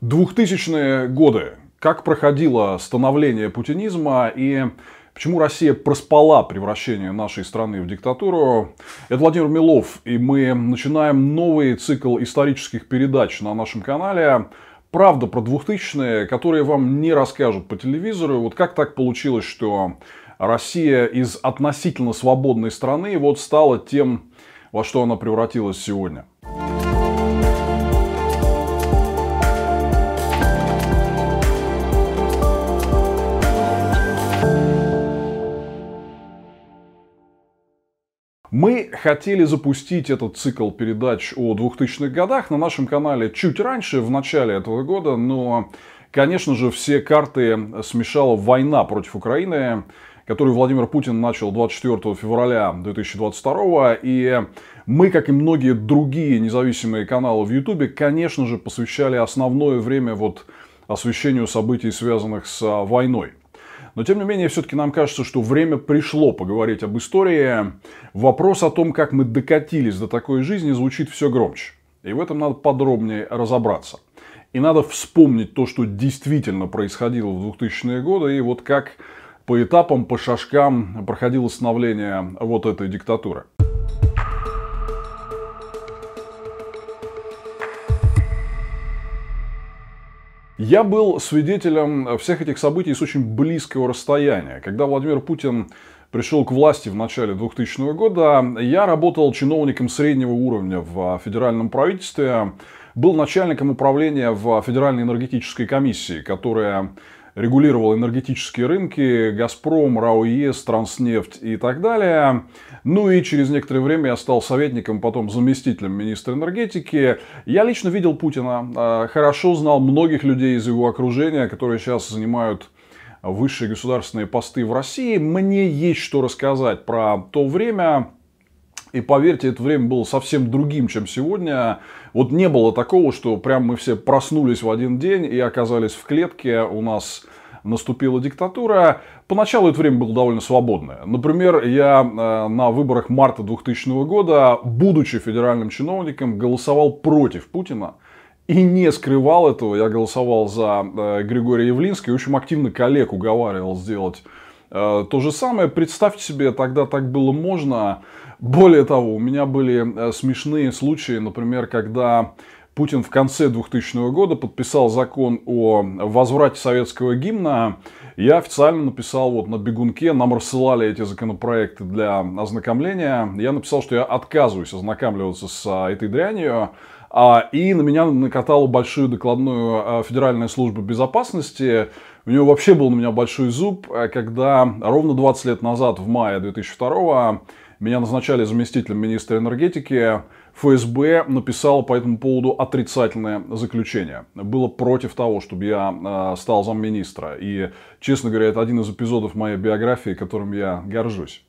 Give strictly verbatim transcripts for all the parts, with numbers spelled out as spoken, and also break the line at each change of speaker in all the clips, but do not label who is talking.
двухтысячные годы. Как проходило становление путинизма и почему Россия проспала превращение нашей страны в диктатуру? Это Владимир Милов, и мы начинаем новый цикл исторических передач на нашем канале. Правда про двухтысячные, которые вам не расскажут по телевизору. Вот как так получилось, что Россия из относительно свободной страны вот стала тем, во что она превратилась сегодня. Мы хотели запустить этот цикл передач о двухтысячных годах на нашем канале чуть раньше, в начале этого года, но, конечно же, все карты смешала война против Украины, которую Владимир Путин начал двадцать четвёртого февраля две тысячи двадцать второго, и мы, как и многие другие независимые каналы в Ютубе, конечно же, посвящали основное время вот освещению событий, связанных с войной. Но, тем не менее, все-таки нам кажется, что время пришло поговорить об истории. Вопрос о том, как мы докатились до такой жизни, звучит все громче. И в этом надо подробнее разобраться. И надо вспомнить то, что действительно происходило в двухтысячные годы, и вот как по этапам, по шажкам проходило становление вот этой диктатуры. Я был свидетелем всех этих событий с очень близкого расстояния. Когда Владимир Путин пришел к власти в начале двухтысячного года, я работал чиновником среднего уровня в федеральном правительстве. Был начальником управления в Федеральной энергетической комиссии, которая регулировала энергетические рынки, Газпром, РАО ЕС, Транснефть и так далее. Ну и через некоторое время я стал советником, потом заместителем министра энергетики. Я лично видел Путина, хорошо знал многих людей из его окружения, которые сейчас занимают высшие государственные посты в России. Мне есть что рассказать про то время. И поверьте, это время было совсем другим, чем сегодня. Вот не было такого, что прям мы все проснулись в один день и оказались в клетке, у нас наступила диктатура. Поначалу это время было довольно свободное. Например, я на выборах марта двухтысячного года, будучи федеральным чиновником, голосовал против Путина. И не скрывал этого. Я голосовал за Григория Явлинского. И очень активно коллег уговаривал сделать то же самое. Представьте себе, тогда так было можно. Более того, у меня были смешные случаи, например, когда Путин в конце двухтысячного года подписал закон о возврате советского гимна. Я официально написал вот на бегунке, нам рассылали эти законопроекты для ознакомления. Я написал, что я отказываюсь ознакомливаться с этой дрянью. И на меня накатала большую докладную Федеральная служба безопасности. У него вообще был на меня большой зуб, когда ровно двадцать лет назад, в мае две тысячи второго, меня назначали заместителем министра энергетики. ФСБ написал по этому поводу отрицательное заключение. Было против того, чтобы я стал замминистра. И, честно говоря, это один из эпизодов моей биографии, которым я горжусь.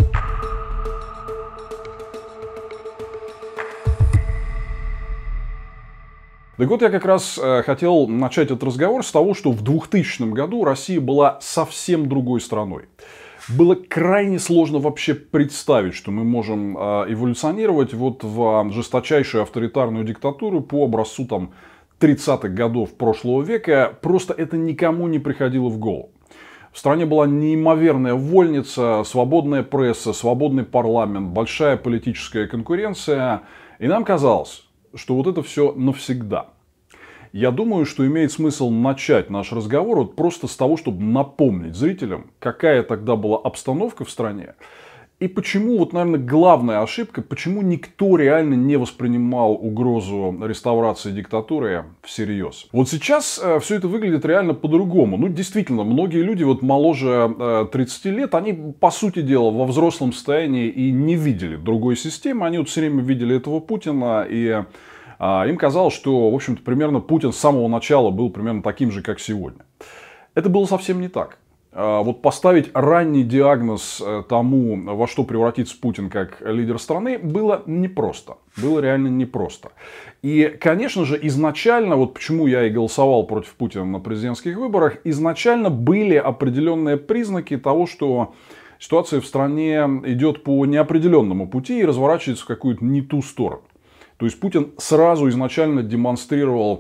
Так вот, я как раз хотел начать этот разговор с того, что в двухтысячном году Россия была совсем другой страной. Было крайне сложно вообще представить, что мы можем эволюционировать вот в жесточайшую авторитарную диктатуру по образцу там тридцатых годов прошлого века. Просто это никому не приходило в голову. В стране была неимоверная вольница, свободная пресса, свободный парламент, большая политическая конкуренция. И нам казалось, что вот это все навсегда. Я думаю, что имеет смысл начать наш разговор вот просто с того, чтобы напомнить зрителям, какая тогда была обстановка в стране. И почему, вот, наверное, главная ошибка, почему никто реально не воспринимал угрозу реставрации диктатуры всерьез. Вот сейчас э, все это выглядит реально по-другому. Ну, действительно, многие люди вот моложе э, тридцати лет, они, по сути дела, во взрослом состоянии и не видели другой системы. Они вот все время видели этого Путина, и э, им казалось, что, в общем-то, примерно Путин с самого начала был примерно таким же, как сегодня. Это было совсем не так. Вот поставить ранний диагноз тому, во что превратится Путин как лидер страны, было непросто. Было реально непросто. И, конечно же, изначально, вот почему я и голосовал против Путина на президентских выборах, изначально были определенные признаки того, что ситуация в стране идет по неопределенному пути и разворачивается в какую-то не ту сторону. То есть Путин сразу изначально демонстрировал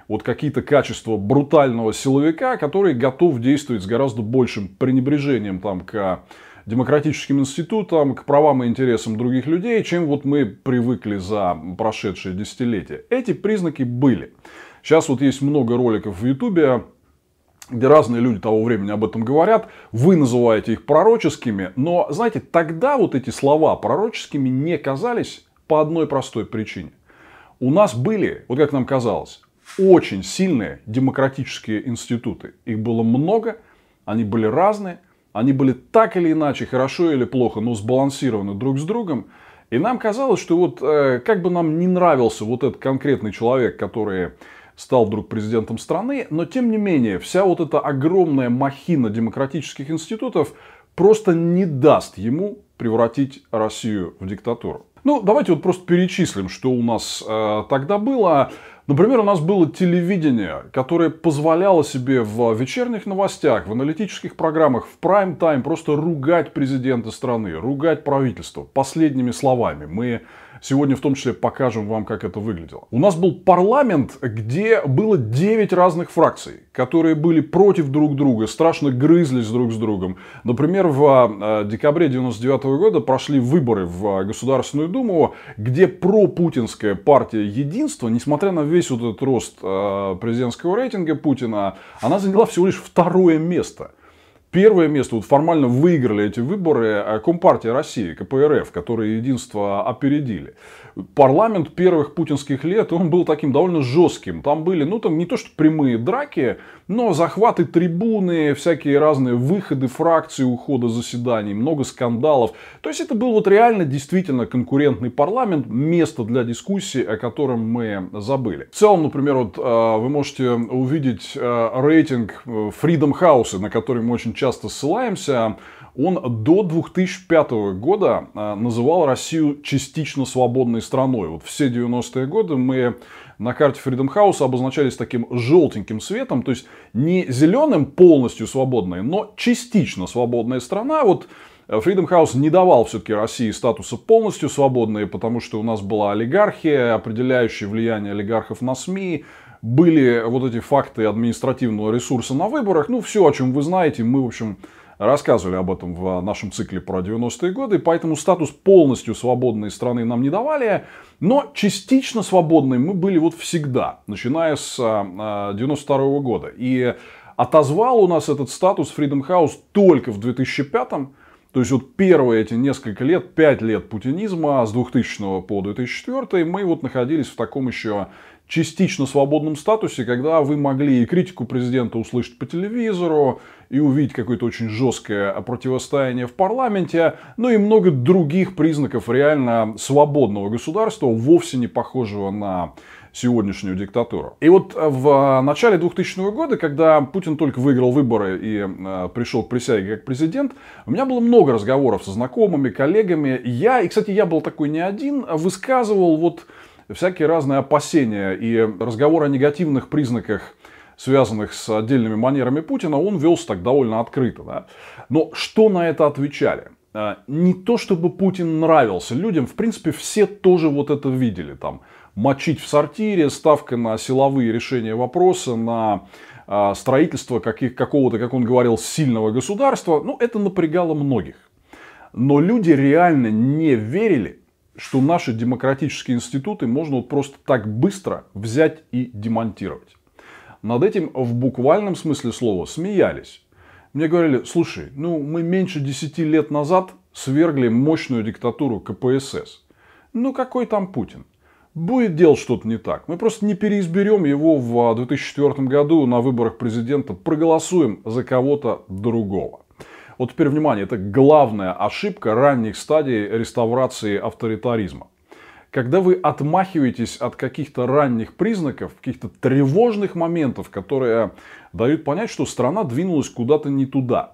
вот какие-то качества брутального силовика, который готов действовать с гораздо большим пренебрежением там, к демократическим институтам, к правам и интересам других людей, чем вот мы привыкли за прошедшие десятилетия. Эти признаки были. Сейчас вот есть много роликов в Ютубе, где разные люди того времени об этом говорят. Вы называете их пророческими, но, знаете, тогда вот эти слова пророческими не казались по одной простой причине. У нас были, вот как нам казалось, очень сильные демократические институты. Их было много, они были разные. Они были так или иначе, хорошо или плохо, но сбалансированы друг с другом. И нам казалось, что вот э, как бы нам не нравился вот этот конкретный человек, который стал вдруг президентом страны, но тем не менее вся вот эта огромная махина демократических институтов просто не даст ему превратить Россию в диктатуру. Ну, давайте вот просто перечислим, что у нас э, тогда было. Например, у нас было телевидение, которое позволяло себе в вечерних новостях, в аналитических программах, в прайм-тайм просто ругать президента страны, ругать правительство последними словами. Мы сегодня в том числе покажем вам, как это выглядело. У нас был парламент, где было девять разных фракций, которые были против друг друга, страшно грызлись друг с другом. Например, в декабре девяносто девятого года прошли выборы в Государственную Думу, где пропутинская партия Единство, несмотря на весь вот этот рост президентского рейтинга Путина, она заняла всего лишь второе место. Первое место, вот формально выиграли эти выборы Компартия России, ка пэ эр эф, которые Единство опередили. Парламент первых путинских лет, он был таким довольно жестким. Там были, ну там не то что прямые драки, но захваты трибуны, всякие разные выходы фракций, ухода заседаний, много скандалов. То есть это был вот реально действительно конкурентный парламент, место для дискуссии, о котором мы забыли. В целом, например, вот вы можете увидеть рейтинг Freedom House, на который мы очень часто ссылаемся. Он до две тысячи пятого года называл Россию частично свободной страной. Вот все девяностые годы мы на карте Freedom House обозначались таким желтеньким светом. То есть не зеленым полностью свободной, но частично свободная страна. Вот Freedom House не давал все-таки России статуса полностью свободной, потому что у нас была олигархия, определяющее влияние олигархов на СМИ. Были вот эти факты административного ресурса на выборах. Ну, все, о чем вы знаете, мы, в общем, рассказывали об этом в нашем цикле про девяностые годы. Поэтому статус полностью свободной страны нам не давали. Но частично свободной мы были вот всегда, начиная с девяносто второго года. И отозвал у нас этот статус Freedom House только в две тысячи пятом. То есть вот первые эти несколько лет, пять лет путинизма с двухтысячного по две тысячи четвёртый мы вот находились в таком еще частично свободном статусе, когда вы могли и критику президента услышать по телевизору, и увидеть какое-то очень жесткое противостояние в парламенте, ну и много других признаков реально свободного государства, вовсе не похожего на сегодняшнюю диктатуру. И вот в начале двухтысячного года, когда Путин только выиграл выборы и э, пришел к присяге как президент, у меня было много разговоров со знакомыми, коллегами. Я, и, кстати, я был такой не один, высказывал вот всякие разные опасения и разговор о негативных признаках, связанных с отдельными манерами Путина, он велся так довольно открыто. Да? Но что на это отвечали? Не то, чтобы Путин нравился людям, в принципе, все тоже вот это видели. Там, мочить в сортире, ставка на силовые решения вопроса, на э, строительство каких, какого-то, как он говорил, сильного государства. Ну, это напрягало многих. Но люди реально не верили, что наши демократические институты можно вот просто так быстро взять и демонтировать. Над этим в буквальном смысле слова смеялись. Мне говорили, слушай, ну мы меньше десяти лет назад свергли мощную диктатуру ка пэ эс эс. Ну какой там Путин? Будет делать что-то не так. Мы просто не переизберем его в две тысячи четвёртом году на выборах президента, проголосуем за кого-то другого. Вот теперь внимание, это главная ошибка ранних стадий реставрации авторитаризма. Когда вы отмахиваетесь от каких-то ранних признаков, каких-то тревожных моментов, которые дают понять, что страна двинулась куда-то не туда.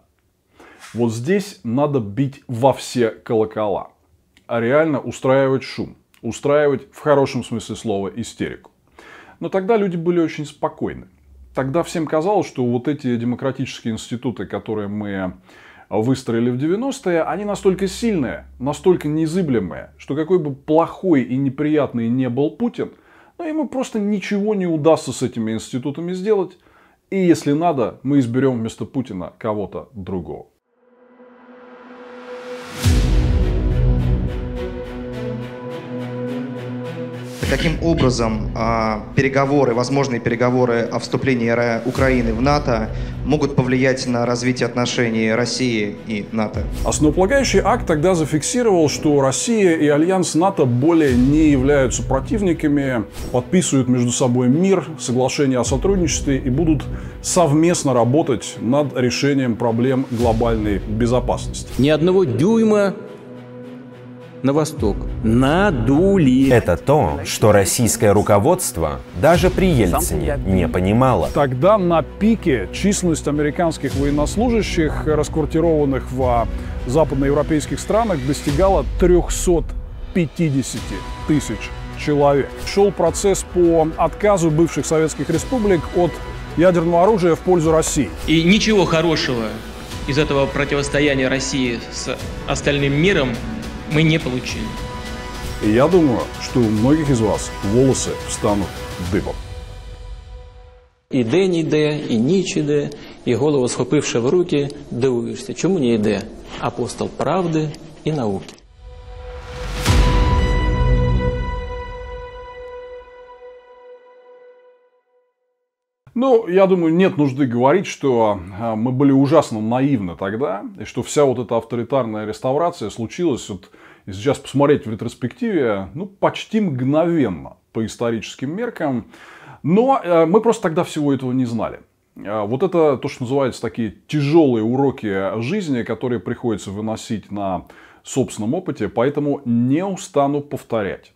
Вот здесь надо бить во все колокола. А реально устраивать шум. Устраивать, в хорошем смысле слова, истерику. Но тогда люди были очень спокойны. Тогда всем казалось, что вот эти демократические институты, которые мы выстроили в девяностые, они настолько сильные, настолько незыблемые, что какой бы плохой и неприятный не был Путин, но ему просто ничего не удастся с этими институтами сделать. И если надо, мы изберем вместо Путина кого-то другого.
Каким образом э, переговоры, возможные переговоры о вступлении Украины в НАТО могут повлиять на развитие отношений России и НАТО?
Основополагающий акт тогда зафиксировал, что Россия и альянс НАТО более не являются противниками, подписывают между собой мир, соглашение о сотрудничестве и будут совместно работать над решением проблем глобальной безопасности.
Ни одного дюйма на восток. Надули.
Это то, что российское руководство даже при Ельцине не понимало.
Тогда на пике численность американских военнослужащих, расквартированных в западноевропейских странах, достигала трёхсот пятидесяти тысяч человек. Шел процесс по отказу бывших советских республик от ядерного оружия в пользу России.
И ничего хорошего из этого противостояния России с остальным миром мы не получили.
И я думаю, что у многих из вас волосы встанут дыбом.
І день іде, і ніч іде, і голову схопивши в руки, дивуєшся, чому не йде апостол правди і науки.
Ну, я думаю, нет нужды говорить, что мы были ужасно наивны тогда, и что вся вот эта авторитарная реставрация случилась, вот, если сейчас посмотреть в ретроспективе, ну, почти мгновенно по историческим меркам. Но мы просто тогда всего этого не знали. Вот это то, что называется такие тяжелые уроки жизни, которые приходится выносить на собственном опыте, поэтому не устану повторять.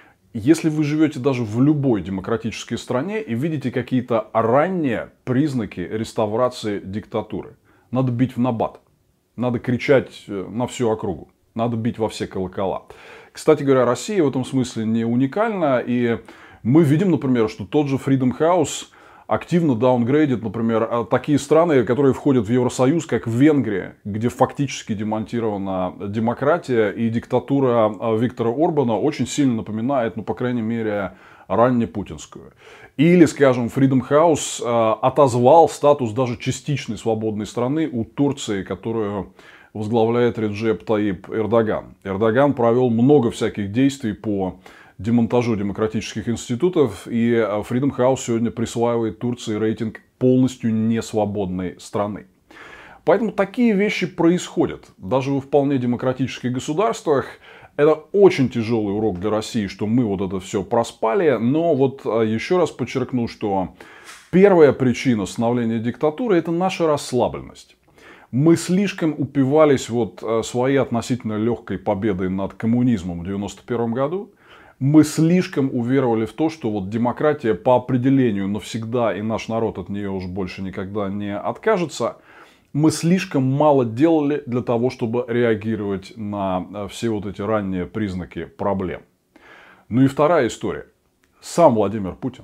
Если вы живете даже в любой демократической стране и видите какие-то ранние признаки реставрации диктатуры, надо бить в набат, надо кричать на всю округу, надо бить во все колокола. Кстати говоря, Россия в этом смысле не уникальна, и мы видим, например, что тот же Freedom House активно даунгрейдит, например, такие страны, которые входят в Евросоюз, как Венгрия, где фактически демонтирована демократия, и диктатура Виктора Орбана очень сильно напоминает, ну, по крайней мере, раннепутинскую. Или, скажем, Freedom House отозвал статус даже частичной свободной страны у Турции, которую возглавляет Реджеп Таип Эрдоган. Эрдоган провел много всяких действий по демонтажу демократических институтов, и Freedom House сегодня присваивает Турции рейтинг полностью несвободной страны. Поэтому такие вещи происходят. Даже во вполне демократических государствах. Это очень тяжелый урок для России, что мы вот это все проспали. Но вот еще раз подчеркну, что первая причина становления диктатуры — это наша расслабленность. Мы слишком упивались вот своей относительно легкой победой над коммунизмом в девяносто первом году. Мы слишком уверовали в то, что вот демократия по определению навсегда, и наш народ от нее уже больше никогда не откажется. Мы слишком мало делали для того, чтобы реагировать на все вот эти ранние признаки проблем. Ну и вторая история. Сам Владимир Путин.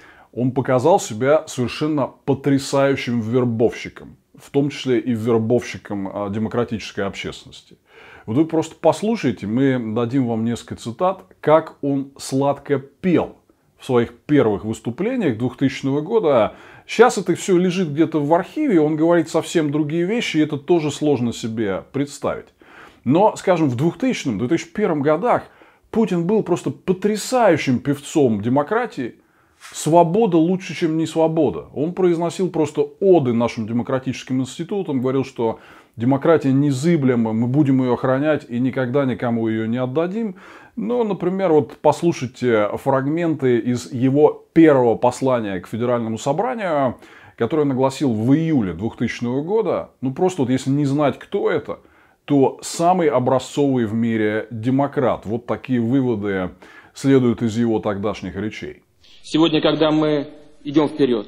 Он показал себя совершенно потрясающим вербовщиком. В том числе и вербовщиком демократической общественности. Вот вы просто послушайте, мы дадим вам несколько цитат, как он сладко пел в своих первых выступлениях двухтысячного года. Сейчас это все лежит где-то в архиве, он говорит совсем другие вещи, и это тоже сложно себе представить. Но, скажем, в двухтысячном — две тысячи первом годах Путин был просто потрясающим певцом демократии. Свобода лучше, чем не свобода. Он произносил просто оды нашим демократическим институтам, говорил, что демократия незыблема, мы будем ее охранять и никогда никому ее не отдадим. Но, например, вот послушайте фрагменты из его первого послания к Федеральному собранию, которое он огласил в июле двухтысячного года. Ну просто вот если не знать, кто это, то самый образцовый в мире демократ. Вот такие выводы следуют из его тогдашних речей.
Сегодня, когда мы идем вперед,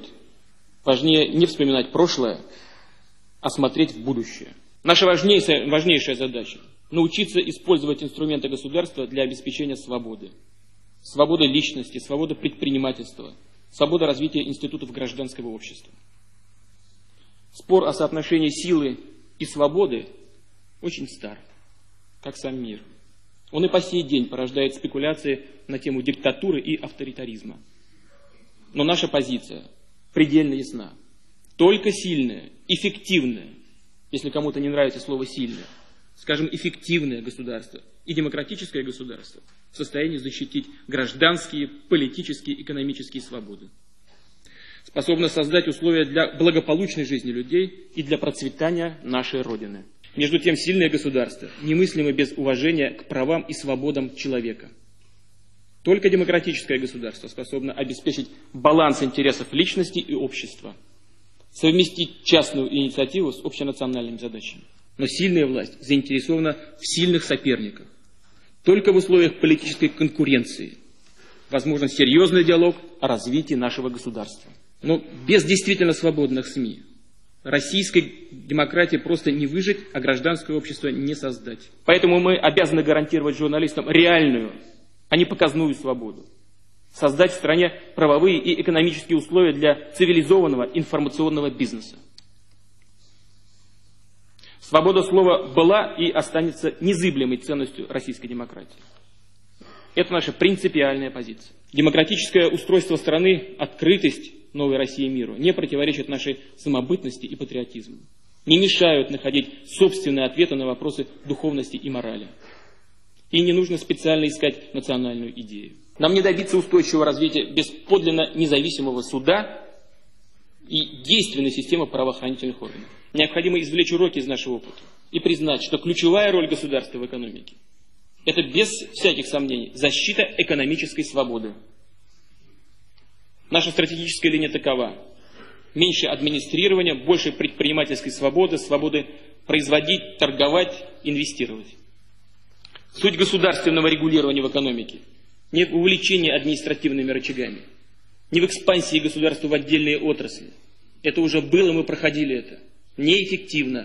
важнее не вспоминать прошлое, а смотреть в будущее. Наша важнейшая, важнейшая задача – научиться использовать инструменты государства для обеспечения свободы. Свободы личности, свободы предпринимательства, свобода развития институтов гражданского общества. Спор о соотношении силы и свободы очень стар, как сам мир. Он и по сей день порождает спекуляции на тему диктатуры и авторитаризма. Но наша позиция предельно ясна. Только сильное, эффективное, если кому-то не нравится слово «сильное», скажем, эффективное государство и демократическое государство в состоянии защитить гражданские, политические, экономические свободы. Способно создать условия для благополучной жизни людей и для процветания нашей Родины. Между тем, сильное государство немыслимо без уважения к правам и свободам человека. Только демократическое государство способно обеспечить баланс интересов личности и общества, совместить частную инициативу с общенациональными задачами. Но сильная власть заинтересована в сильных соперниках. Только в условиях политической конкуренции возможен серьезный диалог о развитии нашего государства. Но без действительно свободных СМИ российской демократии просто не выжить, а гражданское общество не создать. Поэтому мы обязаны гарантировать журналистам реальную, а не показную свободу. Создать в стране правовые и экономические условия для цивилизованного информационного бизнеса. Свобода слова была и останется незыблемой ценностью российской демократии. Это наша принципиальная позиция. Демократическое устройство страны, открытость новой России миру не противоречат нашей самобытности и патриотизму. Не мешают находить собственные ответы на вопросы духовности и морали. И не нужно специально искать национальную идею. Нам не добиться устойчивого развития без подлинно независимого суда и действенной системы правоохранительных органов. Необходимо извлечь уроки из нашего опыта и признать, что ключевая роль государства в экономике – это без всяких сомнений защита экономической свободы. Наша стратегическая линия такова. Меньше администрирования, больше предпринимательской свободы, свободы производить, торговать, инвестировать. Суть государственного регулирования в экономике не в увлечении административными рычагами, не в экспансии государства в отдельные отрасли. Это уже было, мы проходили это. Неэффективно.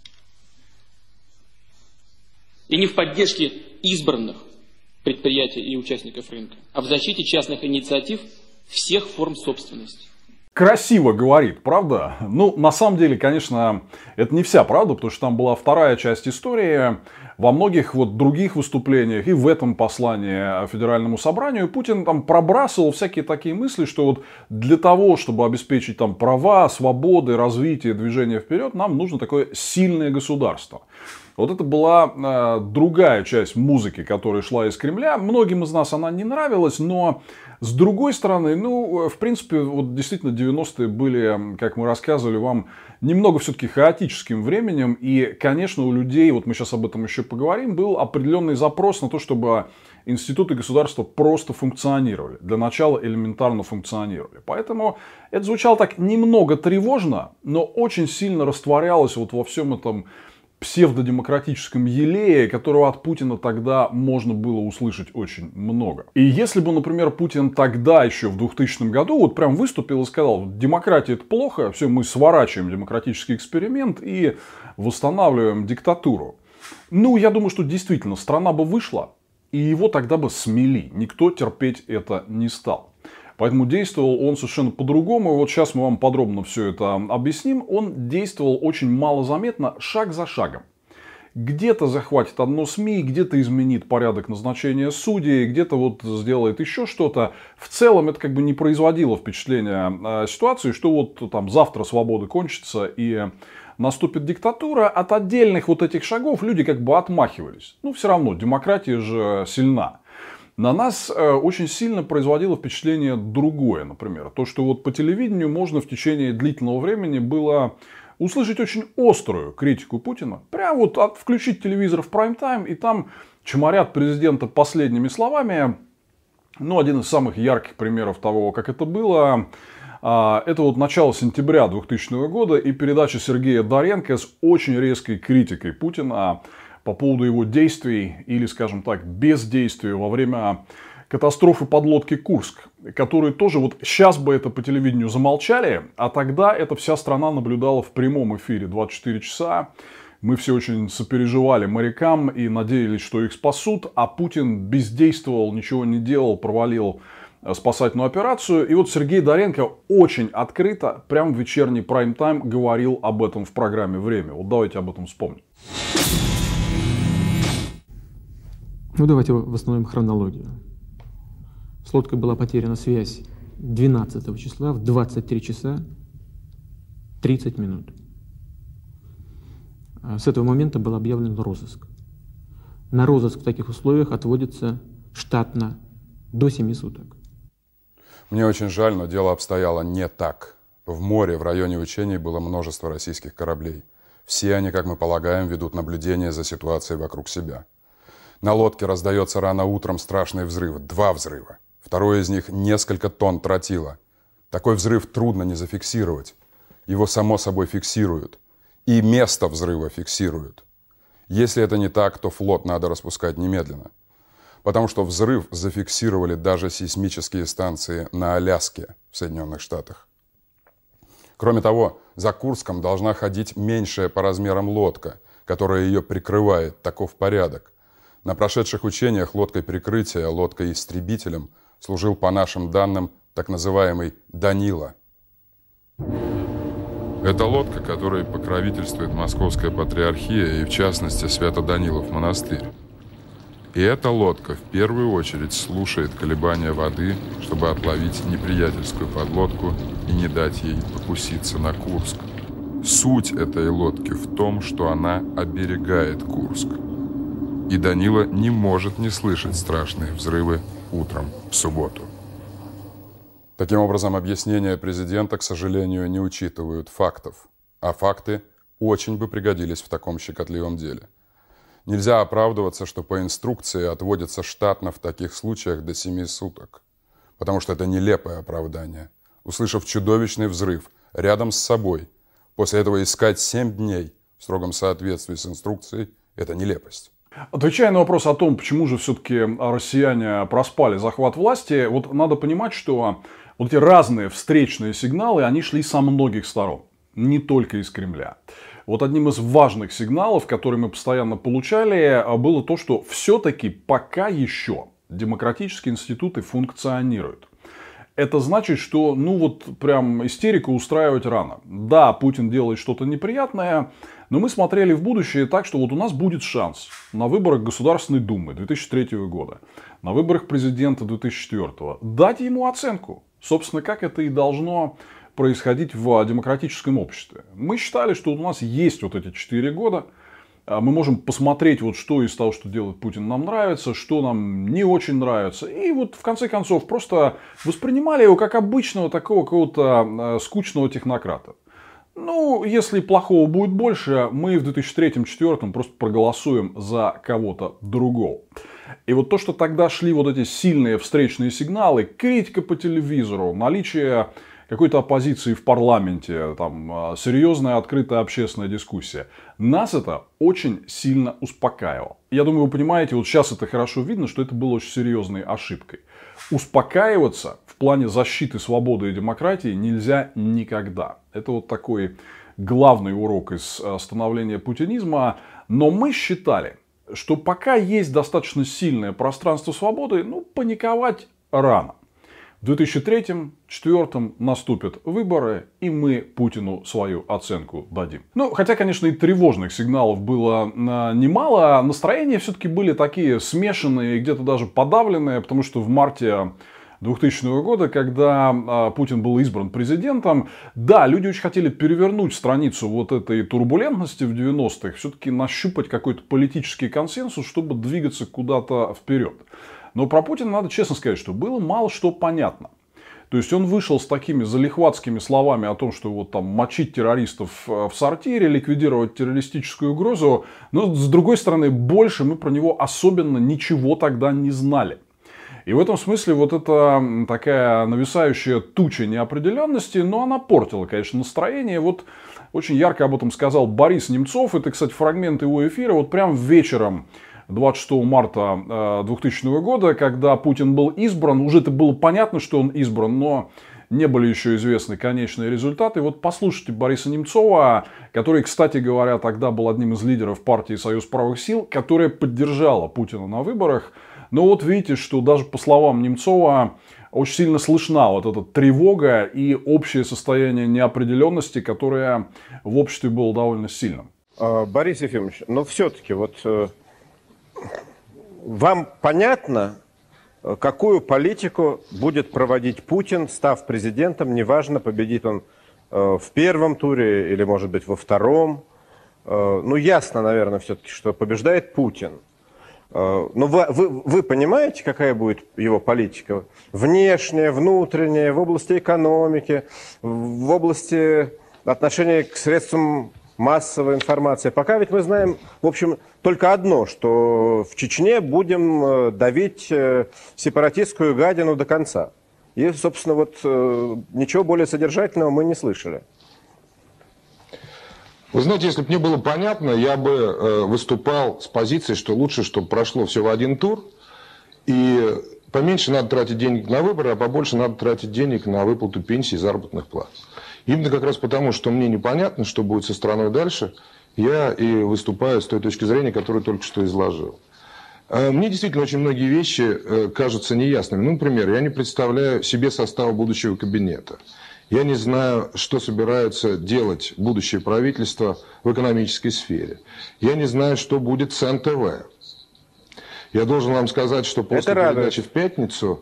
И не в поддержке избранных предприятий и участников рынка, а в защите частных инициатив всех форм собственности.
Красиво говорит, правда? Ну, на самом деле, конечно, это не вся правда, потому что там была вторая часть истории. Во многих вот других выступлениях и в этом послании Федеральному собранию Путин там пробрасывал всякие такие мысли, что вот для того, чтобы обеспечить там права, свободы, развитие, движение вперед, нам нужно такое сильное государство. Вот это была э, другая часть музыки, которая шла из Кремля. Многим из нас она не нравилась, но с другой стороны, ну, в принципе, вот действительно девяностые были, как мы рассказывали вам, немного все-таки хаотическим временем. И, конечно, у людей, вот мы сейчас об этом еще поговорим, был определенный запрос на то, чтобы институты государства просто функционировали. Для начала элементарно функционировали. Поэтому это звучало так немного тревожно, но очень сильно растворялось вот во всем этом псевдодемократическом елее, которого от Путина тогда можно было услышать очень много. И если бы, например, Путин тогда еще в двухтысячном году вот прям выступил и сказал: демократия это плохо, все, мы сворачиваем демократический эксперимент и восстанавливаем диктатуру. Ну, я думаю, что действительно страна бы вышла, и его тогда бы смели. Никто терпеть это не стал. Поэтому действовал он совершенно по-другому. Вот сейчас мы вам подробно все это объясним. Он действовал очень малозаметно, шаг за шагом. Где-то захватит одно СМИ, где-то изменит порядок назначения судей, где-то вот сделает еще что-то. В целом это как бы не производило впечатления ситуации, что вот там завтра свобода кончится и наступит диктатура. От отдельных вот этих шагов люди как бы отмахивались. Ну, все равно демократия же сильна. На нас очень сильно производило впечатление другое, например. То, что вот по телевидению можно в течение длительного времени было услышать очень острую критику Путина. Прям вот от, включить телевизор в прайм-тайм, и там чморят президента последними словами. Ну, один из самых ярких примеров того, как это было, это вот начало сентября двухтысячного года и передача Сергея Доренко с очень резкой критикой Путина по поводу его действий или, скажем так, бездействия во время катастрофы подлодки «Курск», которые тоже вот сейчас бы это по телевидению замолчали, а тогда эта вся страна наблюдала в прямом эфире двадцать четыре часа. Мы все очень сопереживали морякам и надеялись, что их спасут, а Путин бездействовал, ничего не делал, провалил спасательную операцию. И вот Сергей Доренко очень открыто, прям в вечерний прайм-тайм говорил об этом в программе «Время». Вот давайте об этом вспомним.
Ну, давайте восстановим хронологию. С лодкой была потеряна связь двенадцатого числа в двадцать три часа тридцать минут. С этого момента был объявлен розыск. На розыск в таких условиях отводится штатно до семи суток.
Мне очень жаль, но дело обстояло не так. В море в районе учений было множество российских кораблей. Все они, как мы полагаем, ведут наблюдение за ситуацией вокруг себя. На лодке раздается рано утром страшный взрыв. Два взрыва. Второй из них несколько тонн тротила. Такой взрыв трудно не зафиксировать. Его само собой фиксируют. И место взрыва фиксируют. Если это не так, то флот надо распускать немедленно. Потому что взрыв зафиксировали даже сейсмические станции на Аляске в Соединенных Штатах. Кроме того, за Курском должна ходить меньшая по размерам лодка, которая ее прикрывает. Таков порядок. На прошедших учениях лодкой прикрытия, лодкой-истребителем служил, по нашим данным, так называемый «Данила». Это лодка, которой покровительствует Московская Патриархия и, в частности, Свято-Данилов монастырь. И эта лодка в первую очередь слушает колебания воды, чтобы отловить неприятельскую подлодку и не дать ей покуситься на Курск. Суть этой лодки в том, что она оберегает Курск. И Данила не может не слышать страшные взрывы утром в субботу. Таким образом, объяснения президента, к сожалению, не учитывают фактов. А факты очень бы пригодились в таком щекотливом деле. Нельзя оправдываться, что по инструкции отводится штатно в таких случаях до семи суток. Потому что это нелепое оправдание. Услышав чудовищный взрыв рядом с собой, после этого искать семь дней в строгом соответствии с инструкцией – это нелепость.
Отвечая на вопрос о том, почему же все-таки россияне проспали захват власти, вот надо понимать, что вот эти разные встречные сигналы, они шли со многих сторон, не только из Кремля. Вот одним из важных сигналов, которые мы постоянно получали, было то, что все-таки пока еще демократические институты функционируют. Это значит, что ну вот прям истерику устраивать рано. Да, Путин делает что-то неприятное, но мы смотрели в будущее так, что вот у нас будет шанс на выборах Государственной Думы две тысячи третьего года, на выборах президента две тысячи четвёртого дать ему оценку. Собственно, как это и должно происходить в демократическом обществе. Мы считали, что у нас есть вот эти четыре года. Мы можем посмотреть, вот что из того, что делает Путин, нам нравится, что нам не очень нравится. И вот в конце концов просто воспринимали его как обычного такого какого-то скучного технократа. Ну, если плохого будет больше, мы в две тысячи третьем — две тысячи четвёртом просто проголосуем за кого-то другого. И вот то, что тогда шли вот эти сильные встречные сигналы, критика по телевизору, наличие какой-то оппозиции в парламенте, там, серьезная открытая общественная дискуссия. Нас это очень сильно успокаивало. Я думаю, вы понимаете, вот сейчас это хорошо видно, что это было очень серьезной ошибкой. Успокаиваться в плане защиты свободы и демократии нельзя никогда. Это вот такой главный урок из становления путинизма. Но мы считали, что пока есть достаточно сильное пространство свободы, ну, паниковать рано. В две тысячи третьем — две тысячи четвёртом наступят выборы, и мы Путину свою оценку дадим. Ну, хотя, конечно, и тревожных сигналов было немало, настроения все-таки были такие смешанные, где-то даже подавленные, потому что в марте двухтысячного года, когда Путин был избран президентом, да, люди очень хотели перевернуть страницу вот этой турбулентности в девяностых, все-таки нащупать какой-то политический консенсус, чтобы двигаться куда-то вперед. Но про Путина надо честно сказать, что было мало что понятно. То есть он вышел с такими залихватскими словами о том, что вот там мочить террористов в сортире, ликвидировать террористическую угрозу. Но с другой стороны, больше мы про него особенно ничего тогда не знали. И в этом смысле вот эта такая нависающая туча неопределенности, но она портила, конечно, настроение. Вот очень ярко об этом сказал Борис Немцов. Это, кстати, фрагмент его эфира. Вот прям вечером двадцать шестого марта двухтысячного года, когда Путин был избран, уже это было понятно, что он избран, но не были еще известны конечные результаты. Вот послушайте Бориса Немцова, который, кстати говоря, тогда был одним из лидеров партии «Союз правых сил», которая поддержала Путина на выборах. Но вот видите, что даже по словам Немцова очень сильно слышна вот эта тревога и общее состояние неопределенности, которое в обществе было довольно сильным.
Борис Ефимович, но все-таки вот вам понятно, какую политику будет проводить Путин, став президентом, неважно, победит он в первом туре или, может быть, во втором. Ну, ясно, наверное, все-таки, что побеждает Путин. Но вы, вы, вы понимаете, какая будет его политика? Внешняя, внутренняя, в области экономики, в области отношения к средствам массовой информации. Пока ведь мы знаем, в общем, только одно, что в Чечне будем давить сепаратистскую гадину до конца. И, собственно, вот ничего более содержательного мы не слышали.
Вы знаете, если бы мне было понятно, я бы э, выступал с позиции, что лучше, чтобы прошло все в один тур, и поменьше надо тратить денег на выборы, а побольше надо тратить денег на выплату пенсий и заработных плат. Именно как раз потому, что мне непонятно, что будет со страной дальше, я и выступаю с той точки зрения, которую только что изложил. Э, мне действительно очень многие вещи э, кажутся неясными. Ну, например, я не представляю себе состава будущего кабинета. Я не знаю, что собираются делать будущее правительство в экономической сфере. Я не знаю, что будет с эн тэ вэ. Я должен вам сказать, что после передачи в пятницу,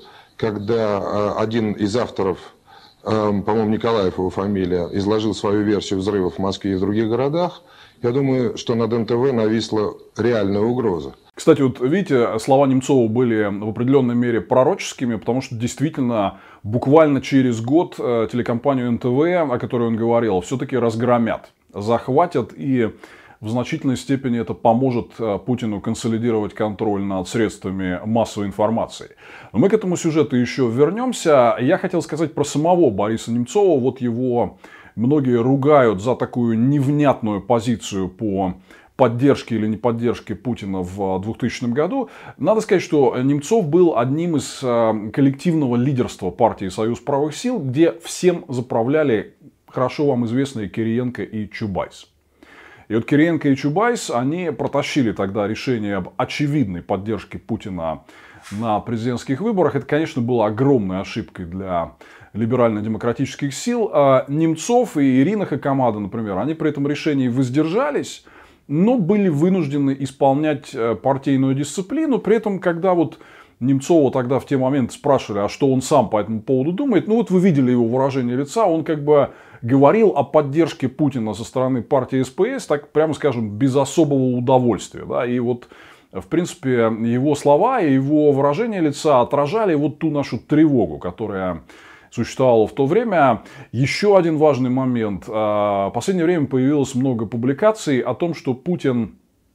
когда один из авторов, по-моему, Николаев его фамилия, изложил свою версию взрывов в Москве и в других городах, я думаю, что над эн тэ вэ нависла реальная угроза.
Кстати, вот видите, слова Немцова были в определенной мере пророческими, потому что действительно буквально через год телекомпанию эн тэ вэ, о которой он говорил, все-таки разгромят, захватят, и в значительной степени это поможет Путину консолидировать контроль над средствами массовой информации. Но мы к этому сюжету еще вернемся. Я хотел сказать про самого Бориса Немцова. Вот его многие ругают за такую невнятную позицию по поддержки или неподдержки Путина в двухтысячном году. Надо сказать, что Немцов был одним из коллективного лидерства партии «Союз правых сил», где всем заправляли хорошо вам известные Кириенко и Чубайс. И вот Кириенко и Чубайс, они протащили тогда решение об очевидной поддержке Путина на президентских выборах. Это, конечно, было огромной ошибкой для либерально-демократических сил. А Немцов и Ирина Хакамада, например, они при этом решении воздержались, но были вынуждены исполнять партийную дисциплину. При этом, когда вот Немцова тогда в те моменты спрашивали, а что он сам по этому поводу думает, ну вот вы видели его выражение лица, он как бы говорил о поддержке Путина со стороны партии эс пэ эс, так прямо скажем, без особого удовольствия. Да? И вот, в принципе, его слова и его выражение лица отражали вот ту нашу тревогу, которая существовало в то время. Еще один важный момент. В последнее время появилось много публикаций о том, что Путин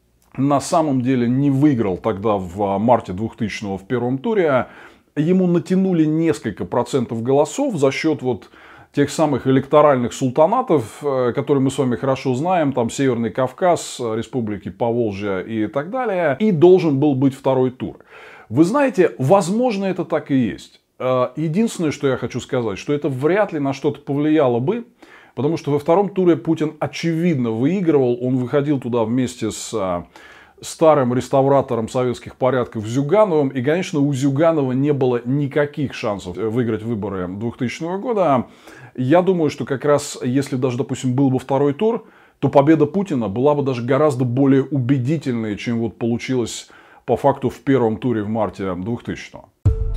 на самом деле не выиграл тогда в марте двухтысячного в первом туре. Ему натянули несколько процентов голосов за счет вот тех самых электоральных султанатов, которые мы с вами хорошо знаем. Там Северный Кавказ, республики Поволжья и так далее. И должен был быть второй тур. Вы знаете, возможно, это так и есть. Единственное, что я хочу сказать, что это вряд ли на что-то повлияло бы, потому что во втором туре Путин очевидно выигрывал, он выходил туда вместе с старым реставратором советских порядков Зюгановым, и, конечно, у Зюганова не было никаких шансов выиграть выборы двухтысячного года. Я думаю, что как раз, если даже, допустим, был бы второй тур, то победа Путина была бы даже гораздо более убедительной, чем вот получилось по факту в первом туре в марте двухтысячного.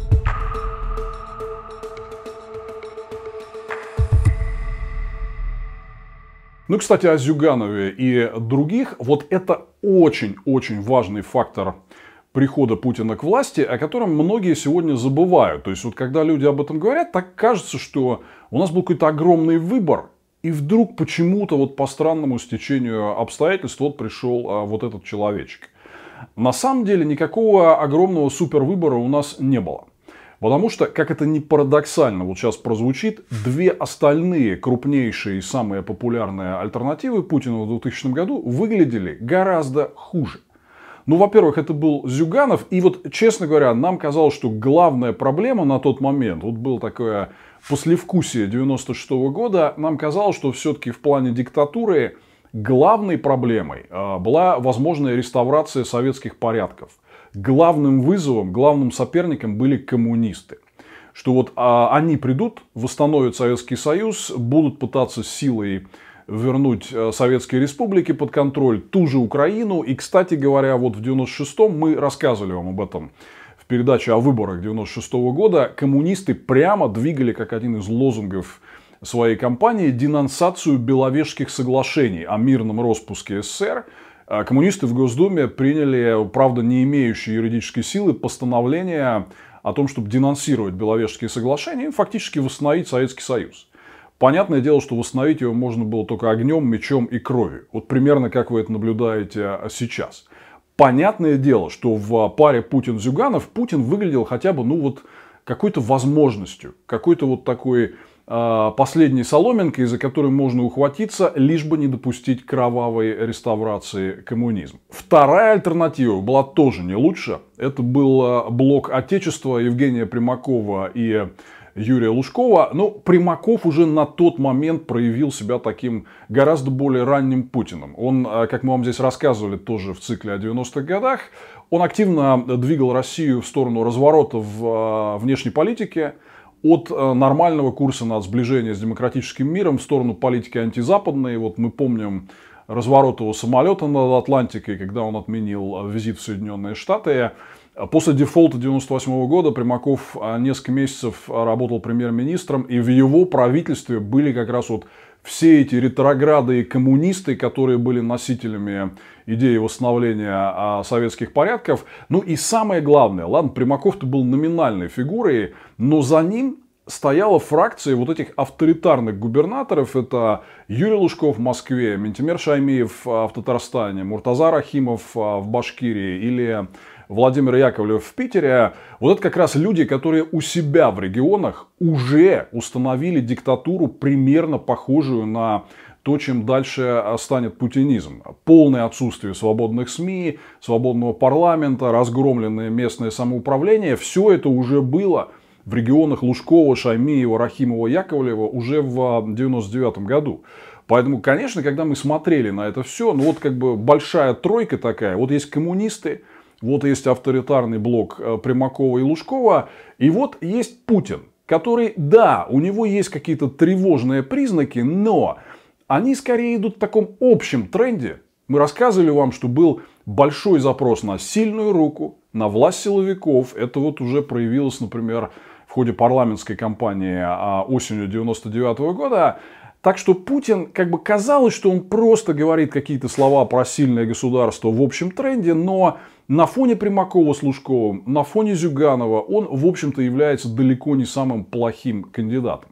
Ну, кстати, о Зюганове и других. Вот это очень-очень важный фактор прихода Путина к власти, о котором многие сегодня забывают. То есть, вот когда люди об этом говорят, так кажется, что у нас был какой-то огромный выбор, и вдруг почему-то вот по странному стечению обстоятельств вот пришел а, вот этот человечек. На самом деле никакого огромного супервыбора у нас не было. Потому что, как это ни парадоксально вот сейчас прозвучит, две остальные крупнейшие и самые популярные альтернативы Путину в двухтысячном году выглядели гораздо хуже. Ну, во-первых, это был Зюганов. И вот, честно говоря, нам казалось, что главная проблема на тот момент, вот было такое послевкусие девяносто шестого года, нам казалось, что все-таки в плане диктатуры главной проблемой была возможная реставрация советских порядков. Главным вызовом, главным соперником были коммунисты. Что вот а, они придут, восстановят Советский Союз, будут пытаться силой вернуть советские республики под контроль, ту же Украину. И, кстати говоря, вот в девяносто шестом мы рассказывали вам об этом в передаче о выборах девяносто шестого года. Коммунисты прямо двигали, как один из лозунгов своей кампании, денонсацию Беловежских соглашений о мирном распуске СССР. Коммунисты в Госдуме приняли, правда, не имеющие юридической силы, постановление о том, чтобы денонсировать Беловежские соглашения и фактически восстановить Советский Союз. Понятное дело, что восстановить его можно было только огнем, мечом и кровью. Вот примерно как вы это наблюдаете сейчас. Понятное дело, что в паре Путин-Зюганов Путин выглядел хотя бы, ну вот, какой-то возможностью, какой-то вот такой э, последней соломинкой, за которой можно ухватиться, лишь бы не допустить кровавой реставрации коммунизма. Вторая альтернатива была тоже не лучше. Это был блок Отечества Евгения Примакова и Юрия Лужкова. Но Примаков уже на тот момент проявил себя таким гораздо более ранним Путиным. Он, как мы вам здесь рассказывали тоже в цикле о девяностых годах, он активно двигал Россию в сторону разворота в внешней политике, от нормального курса на сближение с демократическим миром в сторону политики антизападной. Вот мы помним разворот его самолета над Атлантикой, когда он отменил визит в Соединенные Штаты. После дефолта девяносто восьмого года Примаков несколько месяцев работал премьер-министром, и в его правительстве были как раз вот все эти ретрограды и коммунисты, которые были носителями идеи восстановления советских порядков. Ну и самое главное, ладно, Примаков-то был номинальной фигурой, но за ним стояла фракция вот этих авторитарных губернаторов. Это Юрий Лужков в Москве, Ментимер Шаймиев в Татарстане, Муртаза Рахимов в Башкирии или Владимир Яковлев в Питере. Вот это как раз люди, которые у себя в регионах уже установили диктатуру, примерно похожую на то, чем дальше станет путинизм. Полное отсутствие свободных СМИ, свободного парламента, разгромленное местное самоуправление. Все это уже было в регионах Лужкова, Шаймиева, Рахимова, Яковлева уже в девяносто девятом году. Поэтому, конечно, когда мы смотрели на это все, ну вот как бы большая тройка такая. Вот есть коммунисты, вот есть авторитарный блок Примакова и Лужкова, и вот есть Путин, который, да, у него есть какие-то тревожные признаки, но они скорее идут в таком общем тренде. Мы рассказывали вам, что был большой запрос на сильную руку, на власть силовиков. Это вот уже проявилось, например, в ходе парламентской кампании осенью девяносто девятого года. Так что Путин, как бы казалось, что он просто говорит какие-то слова про сильное государство в общем тренде, но на фоне Примакова с Лужковым, на фоне Зюганова он, в общем-то, является далеко не самым плохим кандидатом.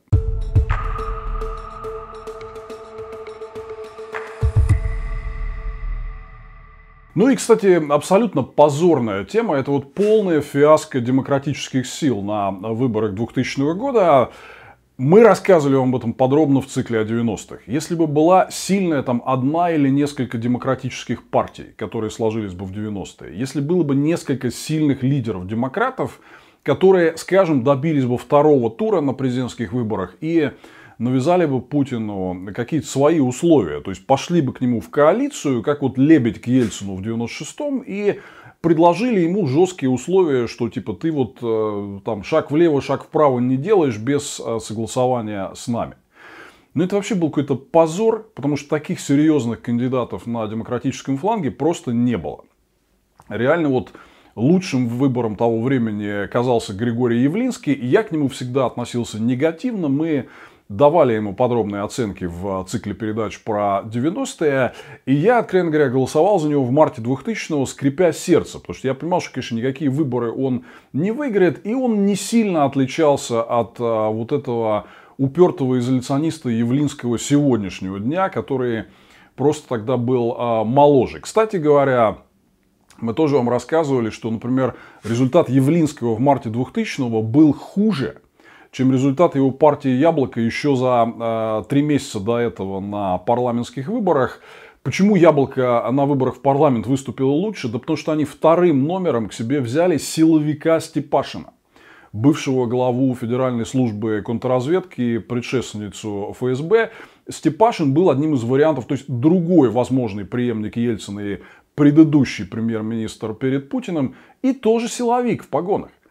Ну и, кстати, абсолютно позорная тема – это вот полная фиаско демократических сил на выборах двухтысячного года. Мы рассказывали вам об этом подробно в цикле о девяностых. Если бы была сильная там одна или несколько демократических партий, которые сложились бы в девяностые, если было бы несколько сильных лидеров-демократов, которые, скажем, добились бы второго тура на президентских выборах и навязали бы Путину какие-то свои условия, то есть пошли бы к нему в коалицию, как вот Лебедь к Ельцину в девяносто шестом, и предложили ему жесткие условия, что типа ты вот э, там шаг влево, шаг вправо не делаешь без э, согласования с нами. Но это вообще был какой-то позор, потому что таких серьезных кандидатов на демократическом фланге просто не было. Реально вот лучшим выбором того времени казался Григорий Явлинский, и я к нему всегда относился негативно. Мы давали ему подробные оценки в цикле передач про девяностые. И я, откровенно говоря, голосовал за него в марте двухтысячного, скрипя сердце. Потому что я понимал, что, конечно, никакие выборы он не выиграет. И он не сильно отличался от а, вот этого упертого изоляциониста Явлинского сегодняшнего дня, который просто тогда был а, моложе. Кстати говоря, мы тоже вам рассказывали, что, например, результат Явлинского в марте двухтысячного был хуже, чем результат его партии «Яблоко» еще за э, три месяца до этого на парламентских выборах. Почему «Яблоко» на выборах в парламент выступило лучше? Да потому что они вторым номером к себе взяли силовика Степашина, бывшего главу Федеральной службы контрразведки и предшественницу эф эс бэ. Степашин был одним из вариантов, то есть другой возможный преемник Ельцина и предыдущий премьер-министр перед Путиным, и тоже силовик в погонах.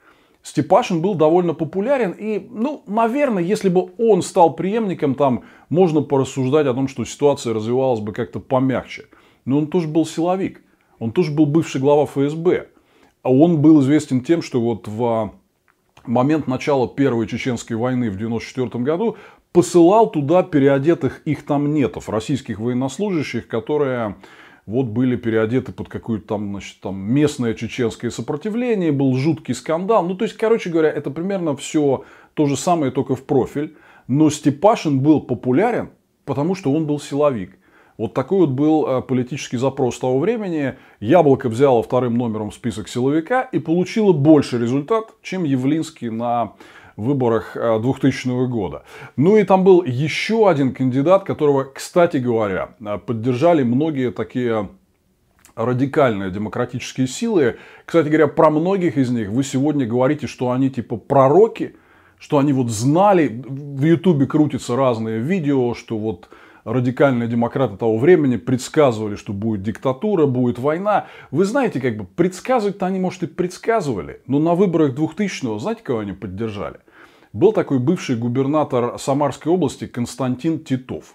Степашин был довольно популярен. И, ну, наверное, если бы он стал преемником, там можно порассуждать о том, что ситуация развивалась бы как-то помягче. Но он тоже был силовик. Он тоже был бывший глава эф эс бэ. А он был известен тем, что вот в момент начала Первой Чеченской войны в девяносто четвёртом году посылал туда переодетых их там нетов, российских военнослужащих, которые вот были переодеты под какое-то там, значит, там местное чеченское сопротивление, был жуткий скандал. Ну, то есть, короче говоря, это примерно все то же самое, только в профиль. Но Степашин был популярен, потому что он был силовик. Вот такой вот был политический запрос того времени. Яблоко взяло вторым номером в список силовика и получило больше результат, чем Явлинский на выборах двухтысячного года. Ну и там был еще один кандидат, которого, кстати говоря, поддержали многие такие радикальные демократические силы. Кстати говоря, про многих из них вы сегодня говорите, что они типа пророки, что они вот знали. В Ютубе крутятся разные видео, что вот радикальные демократы того времени предсказывали, что будет диктатура, будет война. Вы знаете, как бы предсказывать-то они, может, и предсказывали. Но на выборах двухтысячного, знаете, кого они поддержали? Был такой бывший губернатор Самарской области Константин Титов.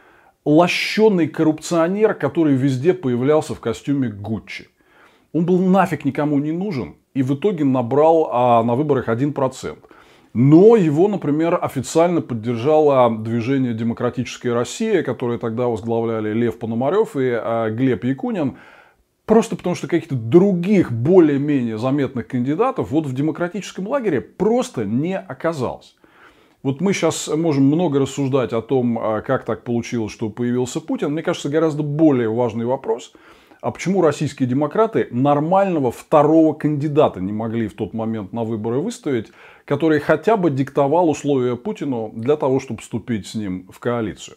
Лощеный коррупционер, который везде появлялся в костюме Гуччи. Он был нафиг никому не нужен. И в итоге набрал а, на выборах один процент. Но его, например, официально поддержало движение «Демократическая Россия», которое тогда возглавляли Лев Пономарев и а, Глеб Якунин. Просто потому, что каких-то других, более-менее заметных кандидатов вот в демократическом лагере просто не оказалось. Вот мы сейчас можем много рассуждать о том, как так получилось, что появился Путин. Мне кажется, гораздо более важный вопрос. А почему российские демократы нормального второго кандидата не могли в тот момент на выборы выставить, который хотя бы диктовал условия Путину для того, чтобы вступить с ним в коалицию?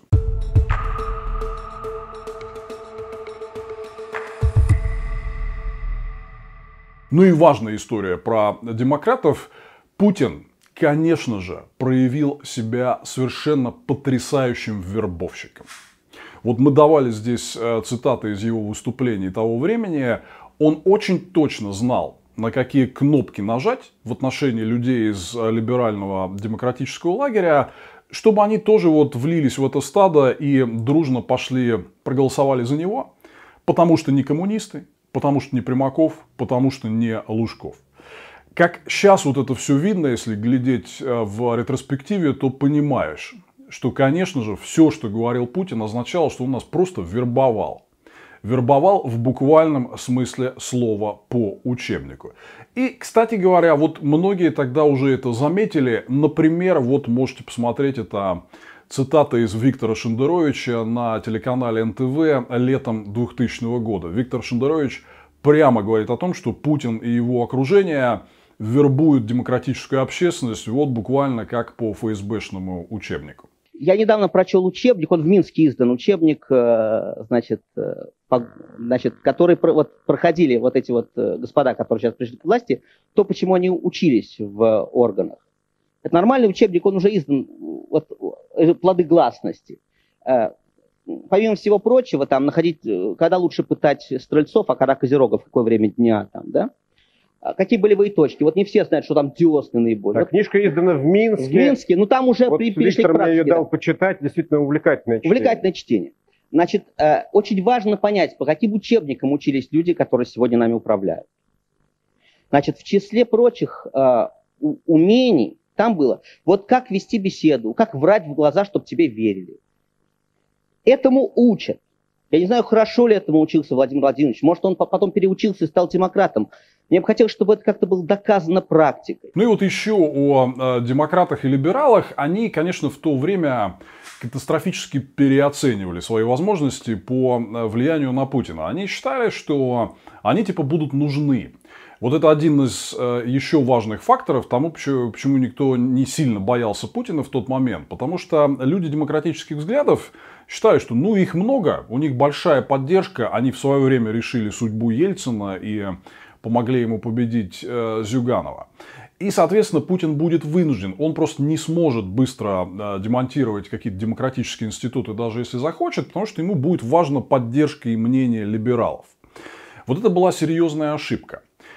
Ну и важная история про демократов. Путин, конечно же, проявил себя совершенно потрясающим вербовщиком. Вот мы давали здесь цитаты из его выступлений того времени. Он очень точно знал, на какие кнопки нажать в отношении людей из либерального демократического лагеря, чтобы они тоже вот влились в это стадо и дружно пошли, проголосовали за него, потому что не коммунисты, потому что не Примаков, потому что не Лужков. Как сейчас вот это все видно, если глядеть в ретроспективе, то понимаешь, что, конечно же, все, что говорил Путин, означало, что он нас просто вербовал. Вербовал в буквальном смысле слова по учебнику. И, кстати говоря, вот многие тогда уже это заметили. Например, вот можете посмотреть, это цитата из Виктора Шендеровича на телеканале эн тэ вэ летом двухтысячного года. Виктор Шендерович прямо говорит о том, что Путин и его окружение вербуют демократическую общественность вот буквально как по эф эс бэшному учебнику.
Я недавно прочел учебник, он в Минске издан, учебник, значит, по, значит, который вот, проходили вот эти вот господа, которые сейчас пришли к власти, то, почему они учились в органах. Это нормальный учебник, он уже издан, вот, плоды гласности. Помимо всего прочего, там находить, когда лучше пытать стрельцов, а когда козерогов, в какое время дня, там, да? Какие болевые точки? Вот не все знают, что там десны наиболее.
Вот книжка издана в Минске.
В Минске, ну там уже
вот
при, перешли
Виктор
к практике.
мне ее дал почитать, действительно увлекательное чтение.
Увлекательное чтение. Значит, э, очень важно понять, по каким учебникам учились люди, которые сегодня нами управляют. Значит, в числе прочих э, умений там было, вот как вести беседу, как врать в глаза, чтобы тебе верили. Этому учат. Я не знаю, хорошо ли этому учился Владимир Владимирович. Может, он потом переучился и стал демократом. Мне бы хотелось, чтобы это как-то было доказано практикой.
Ну и вот еще о демократах и либералах. Они, конечно, в то время катастрофически переоценивали свои возможности по влиянию на Путина. Они считали, что они типа будут нужны. Вот это один из еще важных факторов тому, почему никто не сильно боялся Путина в тот момент. Потому что люди демократических взглядов считали, что ну их много, у них большая поддержка. Они в свое время решили судьбу Ельцина и помогли ему победить э, Зюганова. И, соответственно, Путин будет вынужден. Он просто не сможет быстро э, демонтировать какие-то демократические институты, даже если захочет, потому что ему будет важна поддержка и мнение либералов. Вот это была серьезная ошибка.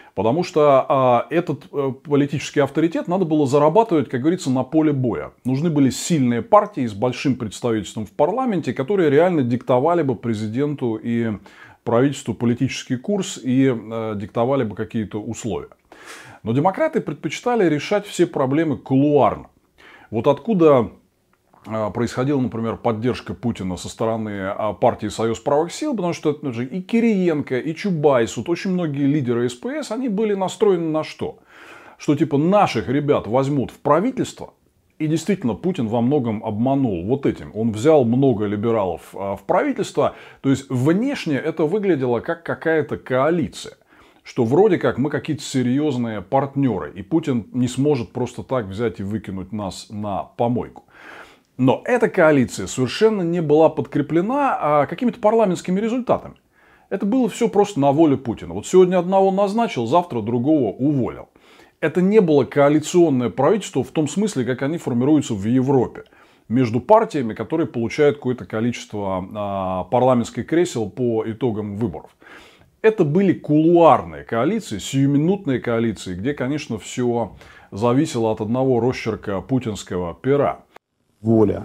Потому что а, этот а, политический авторитет надо было зарабатывать, как говорится, на поле боя. Нужны были сильные партии с большим представительством в парламенте, которые реально диктовали бы президенту и правительству политический курс и а, диктовали бы какие-то условия. Но демократы предпочитали решать все проблемы кулуарно. Вот откуда происходила, например, поддержка Путина со стороны партии «Союз правых сил», потому что и Кириенко, и Чубайс, вот очень многие лидеры эс пэ эс, они были настроены на что? Что типа наших ребят возьмут в правительство, и действительно Путин во многом обманул вот этим. Он взял много либералов в правительство, то есть внешне это выглядело как какая-то коалиция. Что вроде как мы какие-то серьезные партнеры, и Путин не сможет просто так взять и выкинуть нас на помойку. Но эта коалиция совершенно не была подкреплена какими-то парламентскими результатами. Это было все просто на воле Путина. Вот сегодня одного назначил, завтра другого уволил. Это не было коалиционное правительство в том смысле, как они формируются в Европе. Между партиями, которые получают какое-то количество парламентских кресел по итогам выборов. Это были кулуарные коалиции, сиюминутные коалиции, где, конечно, все зависело от одного росчерка путинского пера.
Воля.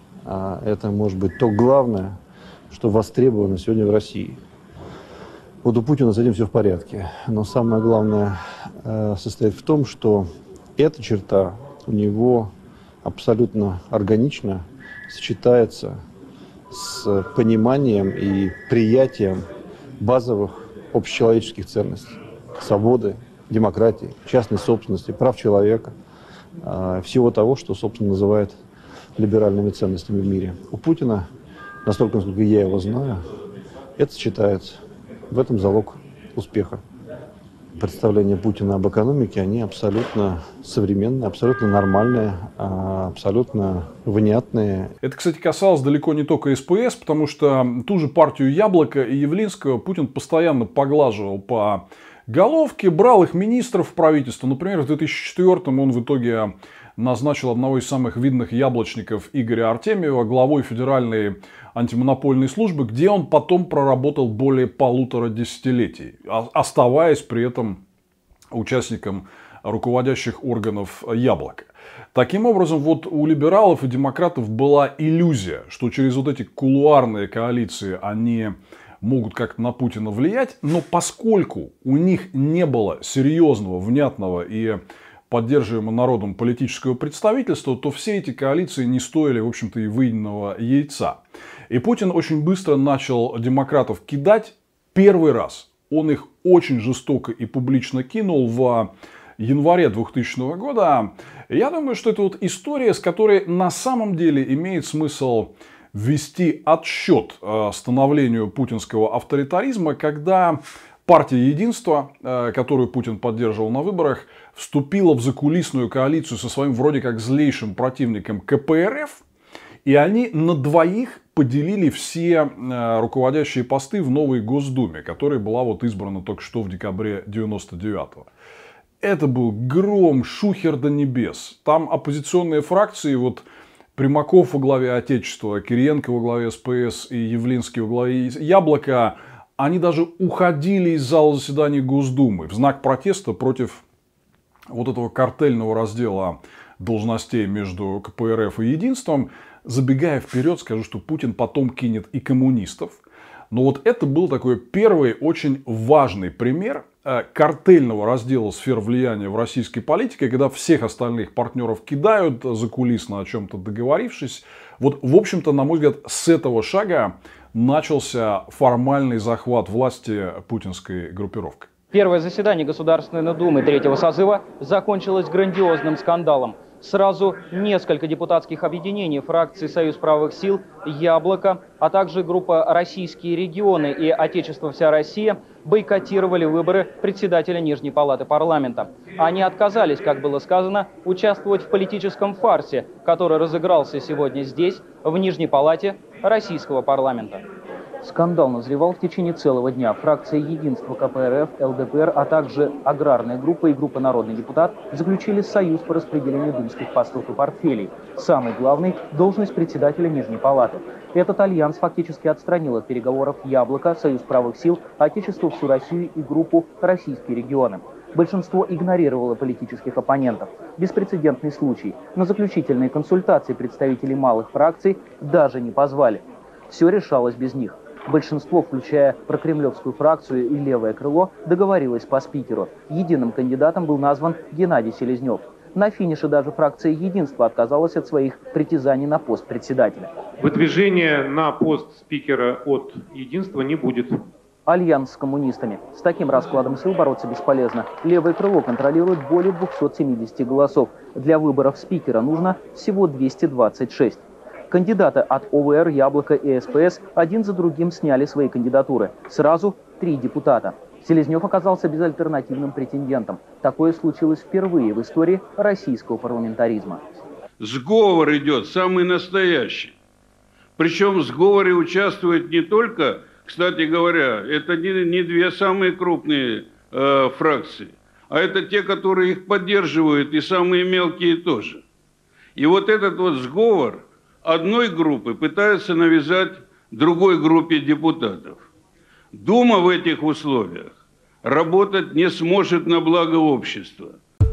А это может быть то главное, что востребовано сегодня в России. Вот у Путина с этим все в порядке. Но самое главное э, состоит в том, что эта черта у него абсолютно органично сочетается с пониманием и приятием базовых общечеловеческих ценностей. Свободы, демократии, частной собственности, прав человека. Э, всего того, что, собственно, называют либеральными ценностями в мире. У Путина, настолько, насколько я его знаю, это сочетается. В этом залог успеха. Представления Путина об экономике, они абсолютно современные, абсолютно нормальные, абсолютно внятные.
Это, кстати, касалось далеко не только эс пэ эс, потому что ту же партию Яблоко и Явлинского Путин постоянно поглаживал по головке, брал их министров в правительство. Например, в две тысячи четвёртом он в итоге назначил одного из самых видных яблочников Игоря Артемьева главой Федеральной антимонопольной службы, где он потом проработал более полутора десятилетий, оставаясь при этом участником руководящих органов Яблока. Таким образом, вот у либералов и демократов была иллюзия, что через вот эти кулуарные коалиции они могут как-то на Путина влиять, но поскольку у них не было серьезного, внятного и поддерживаемого народом политического представительства, то все эти коалиции не стоили, в общем-то, и выеденного яйца. И Путин очень быстро начал демократов кидать первый раз. Он их очень жестоко и публично кинул в январе двухтысячного года. Я думаю, что это вот история, с которой на самом деле имеет смысл ввести отсчет становлению путинского авторитаризма, когда партия Единства, которую Путин поддерживал на выборах, вступила в закулисную коалицию со своим вроде как злейшим противником ка пэ эр эф. И они на двоих поделили все руководящие посты в новой Госдуме, которая была вот избрана только что в декабре девяносто девятого. Это был гром, шухер до небес. Там оппозиционные фракции, вот Примаков во главе Отечества, Кириенко во главе эс пэ эс и Явлинский во главе Яблока, они даже уходили из зала заседаний Госдумы в знак протеста против вот этого картельного раздела должностей между ка пэ эр эф и Единством. Забегая вперед, скажу, что Путин потом кинет и коммунистов. Но вот это был такой первый очень важный пример картельного раздела сфер влияния в российской политике, когда всех остальных партнеров кидают закулисно, о чем-то договорившись. Вот, в общем-то, на мой взгляд, с этого шага начался формальный захват власти путинской группировкой.
Первое заседание Государственной Думы третьего созыва закончилось грандиозным скандалом. Сразу несколько депутатских объединений фракций «Союз правых сил», «Яблоко», а также группа «Российские регионы» и «Отечество. Вся Россия» бойкотировали выборы председателя Нижней палаты парламента. Они отказались, как было сказано, участвовать в политическом фарсе, который разыгрался сегодня здесь, в Нижней палате российского парламента. Скандал назревал в течение целого дня. Фракция «Единство» ка пэ эр эф, эл дэ пэ эр, а также аграрная группа и группа «Народный депутат» заключили союз по распределению думских постов и портфелей. Самый главный – должность председателя Нижней палаты. Этот альянс фактически отстранил от переговоров «Яблоко», Союз правых сил, Отечество всю Россию и группу «Российские регионы». Большинство игнорировало политических оппонентов. Беспрецедентный случай. На заключительные консультации представителей малых фракций даже не позвали. Все решалось без них. Большинство, включая прокремлевскую фракцию и левое крыло, договорилось по спикеру. Единым кандидатом был назван Геннадий Селезнев. На финише даже фракция «Единство» отказалась от своих притязаний на пост председателя.
Выдвижения на пост спикера от «Единства» не будет.
Альянс с коммунистами. С таким раскладом сил бороться бесполезно. Левое крыло контролирует более двухсот семидесяти голосов. Для выборов спикера нужно всего двести двадцать шесть. Кандидаты от о вэ эр, Яблоко и эс пэ эс один за другим сняли свои кандидатуры. Сразу три депутата. Селезнев оказался безальтернативным претендентом. Такое случилось впервые в истории российского парламентаризма.
Сговор идет самый настоящий. Причем в сговоре участвует не только, кстати говоря, это не, не две самые крупные э, фракции, а это те, которые их поддерживают, и самые мелкие тоже. И вот этот вот сговор одной группы пытается навязать другой группе депутатов. Дума в этих условиях работать не сможет на благо общества.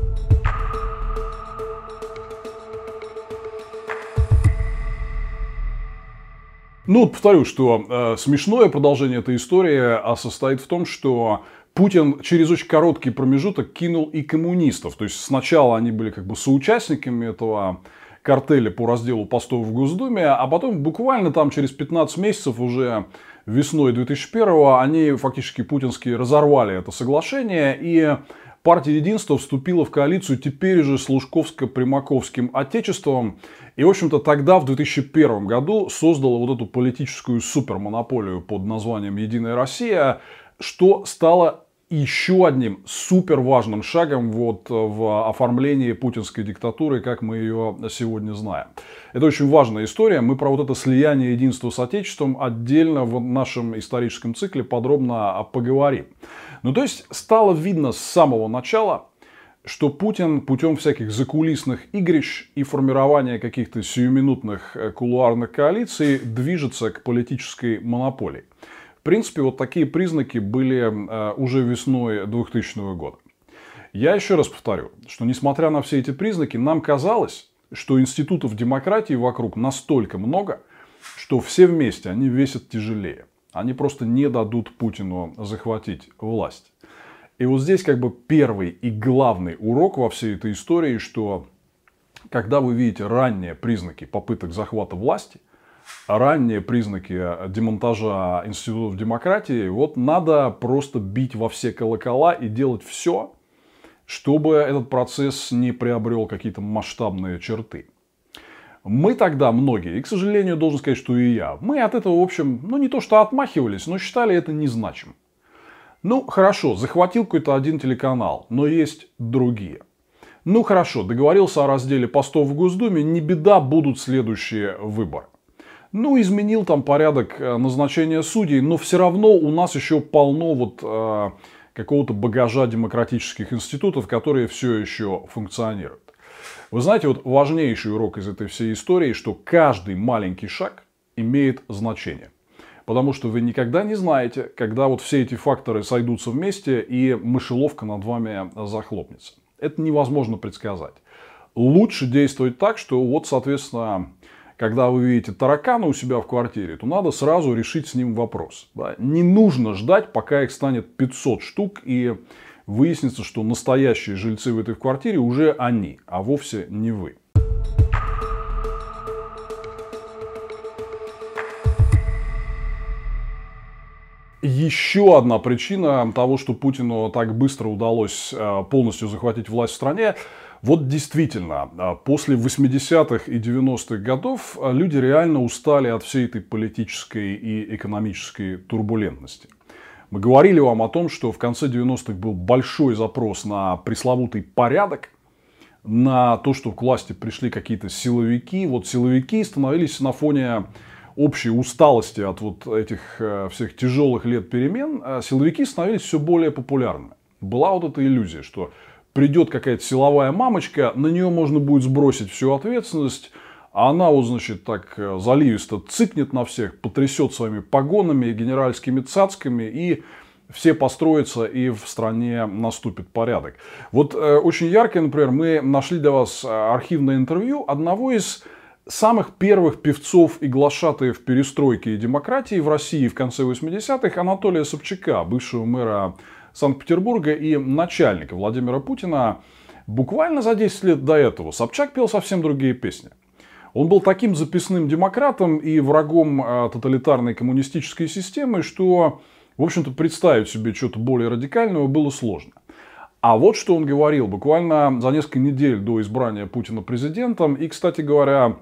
Ну, повторю, что э, смешное продолжение этой истории а состоит в том, что Путин через очень короткий промежуток кинул и коммунистов. То есть сначала они были как бы соучастниками этого картеля по разделу постов в Госдуме, а потом буквально там через пятнадцать месяцев, уже весной две тысячи первого, они фактически путинские разорвали это соглашение, и партия «Единство» вступила в коалицию теперь уже с Лужковско-Примаковским отечеством. И, в общем-то, тогда, в две тысячи первом году, создала вот эту политическую супермонополию под названием «Единая Россия», что стало еще одним супер важным шагом вот в оформлении путинской диктатуры, как мы ее сегодня знаем. Это очень важная история. Мы про вот это слияние единства с Отечеством отдельно в нашем историческом цикле подробно поговорим. Ну, то есть стало видно с самого начала, что Путин путем всяких закулисных игрищ и формирования каких-то сиюминутных кулуарных коалиций движется к политической монополии. В принципе, вот такие признаки были э, уже весной двухтысячного года. Я еще раз повторю, что несмотря на все эти признаки, нам казалось, что институтов демократии вокруг настолько много, что все вместе они весят тяжелее. Они просто не дадут Путину захватить власть. И вот здесь как бы первый и главный урок во всей этой истории, что когда вы видите ранние признаки попыток захвата власти, ранние признаки демонтажа институтов демократии, вот надо просто бить во все колокола и делать все, чтобы этот процесс не приобрел какие-то масштабные черты. Мы тогда многие, и, к сожалению, должен сказать, что и я, мы от этого, в общем, ну не то что отмахивались, но считали это незначимым. Ну, хорошо, захватил какой-то один телеканал, но есть другие. Ну, хорошо, договорился о разделе постов в Госдуме, не беда, будут следующие выборы. Ну, изменил там порядок назначения судей, но все равно у нас еще полно вот э, какого-то багажа демократических институтов, которые все еще функционируют. Вы знаете, вот важнейший урок из этой всей истории, что каждый маленький шаг имеет значение. Потому что вы никогда не знаете, когда вот все эти факторы сойдутся вместе и мышеловка над вами захлопнется. Это невозможно предсказать. Лучше действовать так, что вот, соответственно, когда вы видите таракана у себя в квартире, то надо сразу решить с ним вопрос. Да? Не нужно ждать, пока их станет пятьсот штук и выяснится, что настоящие жильцы в этой квартире уже они, а вовсе не вы. Еще одна причина того, что Путину так быстро удалось полностью захватить власть в стране. Вот действительно, после восьмидесятых и девяностых годов люди реально устали от всей этой политической и экономической турбулентности. Мы говорили вам о том, что в конце девяностых был большой запрос на пресловутый порядок, на то, что к власти пришли какие-то силовики. Вот силовики становились на фоне общей усталости от вот этих всех тяжелых лет перемен, силовики становились все более популярными. Была вот эта иллюзия, что придет какая-то силовая мамочка, на нее можно будет сбросить всю ответственность, а она вот, значит, так заливисто цыкнет на всех, потрясет своими погонами, генеральскими цацками, и все построятся, и в стране наступит порядок. Вот э, очень ярко, например, мы нашли для вас архивное интервью одного из самых первых певцов и глашатаев перестройки и демократии в России в конце восьмидесятых, Анатолия Собчака, бывшего мэра Санкт-Петербурга и начальника Владимира Путина. Буквально за десять лет до этого Собчак пел совсем другие песни. Он был таким записным демократом и врагом э, тоталитарной коммунистической системы, что, в общем-то, представить себе что-то более радикального было сложно. А вот что он говорил буквально за несколько недель до избрания Путина президентом. И, кстати говоря,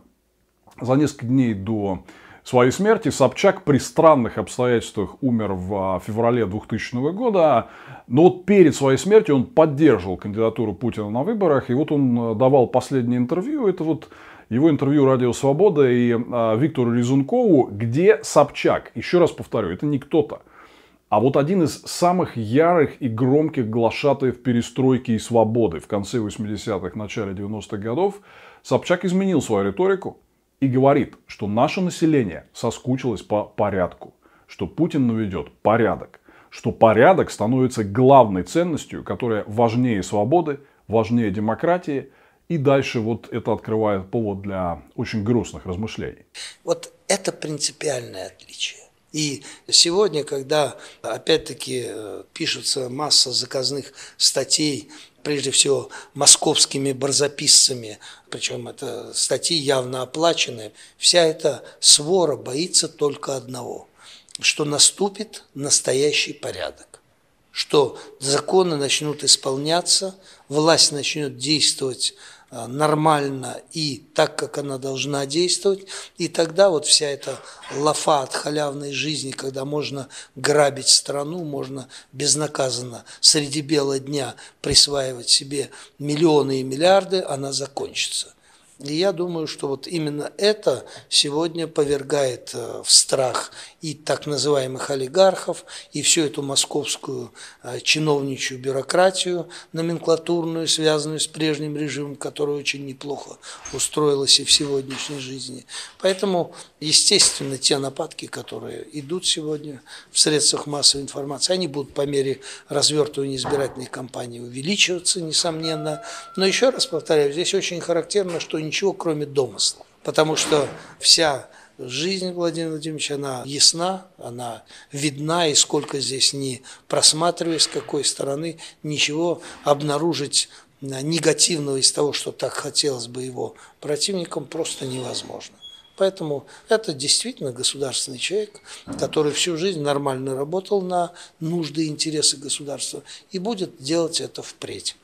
за несколько дней до своей смерти Собчак при странных обстоятельствах умер в феврале двухтысячного года. Но вот перед своей смертью он поддерживал кандидатуру Путина на выборах. И вот он давал последнее интервью. Это вот его интервью «Радио Свобода» и а, Виктору Резункову, где Собчак, еще раз повторю, это не кто-то, а вот один из самых ярых и громких глашатаев перестройки и свободы в конце восьмидесятых, начале девяностых годов, Собчак изменил свою риторику и говорит, что наше население соскучилось по порядку, что Путин наведет порядок, что порядок становится главной ценностью, которая важнее свободы, важнее демократии. И дальше вот это открывает повод для очень грустных размышлений.
Вот это принципиальное отличие. И сегодня, когда опять-таки пишется масса заказных статей, прежде всего московскими барзаписцами, причем это статьи явно оплаченные, вся эта свора боится только одного, что наступит настоящий порядок, что законы начнут исполняться, власть начнет действовать нормально и так, как она должна действовать, и тогда вот вся эта лафа от халявной жизни, когда можно грабить страну, можно безнаказанно среди бела дня присваивать себе миллионы и миллиарды, она закончится. И я думаю, что вот именно это сегодня повергает в страх и так называемых олигархов, и всю эту московскую чиновничью бюрократию номенклатурную, связанную с прежним режимом, которая очень неплохо устроилась и в сегодняшней жизни. Поэтому, естественно, те нападки, которые идут сегодня в средствах массовой информации, они будут по мере развертывания избирательной кампании увеличиваться, несомненно. Но еще раз повторяю, здесь очень характерно, что ничего кроме домысла, потому что вся жизнь Владимира Владимировича, она ясна, она видна, и сколько здесь ни просматривая, с какой стороны, ничего обнаружить негативного из того, что так хотелось бы его противникам, просто невозможно. Поэтому это действительно государственный человек, который всю жизнь нормально работал на нужды и интересы государства и будет делать это впредь.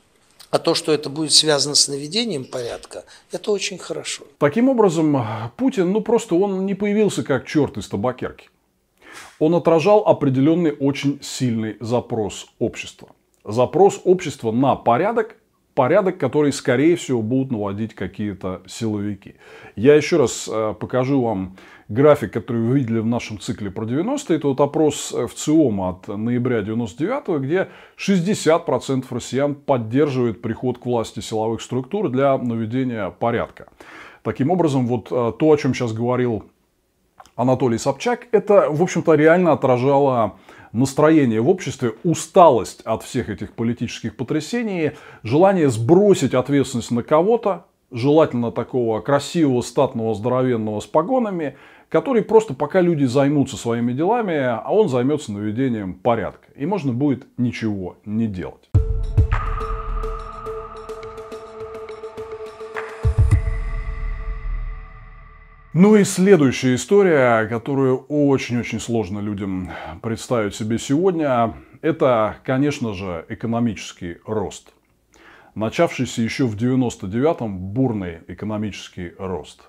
А то, что это будет связано с наведением порядка, это очень хорошо.
Таким образом, Путин, ну просто он не появился как черт из табакерки. Он отражал определенный очень сильный запрос общества. Запрос общества на порядок, порядок, который, скорее всего, будут наводить какие-то силовики. Я еще раз покажу вам график, который вы видели в нашем цикле про девяностые. Это вот опрос в ЦИОМ от ноября девяносто девятого, где шестьдесят процентов россиян поддерживают приход к власти силовых структур для наведения порядка. Таким образом, вот то, о чем сейчас говорил Анатолий Собчак, это, в общем-то, реально отражало настроение в обществе, усталость от всех этих политических потрясений, желание сбросить ответственность на кого-то, желательно такого красивого, статного, здоровенного с погонами, который просто пока люди займутся своими делами, а он займется наведением порядка. И можно будет ничего не делать. Ну и следующая история, которую очень-очень сложно людям представить себе сегодня, это, конечно же, экономический рост. Начавшийся еще в девяносто девятом бурный экономический рост.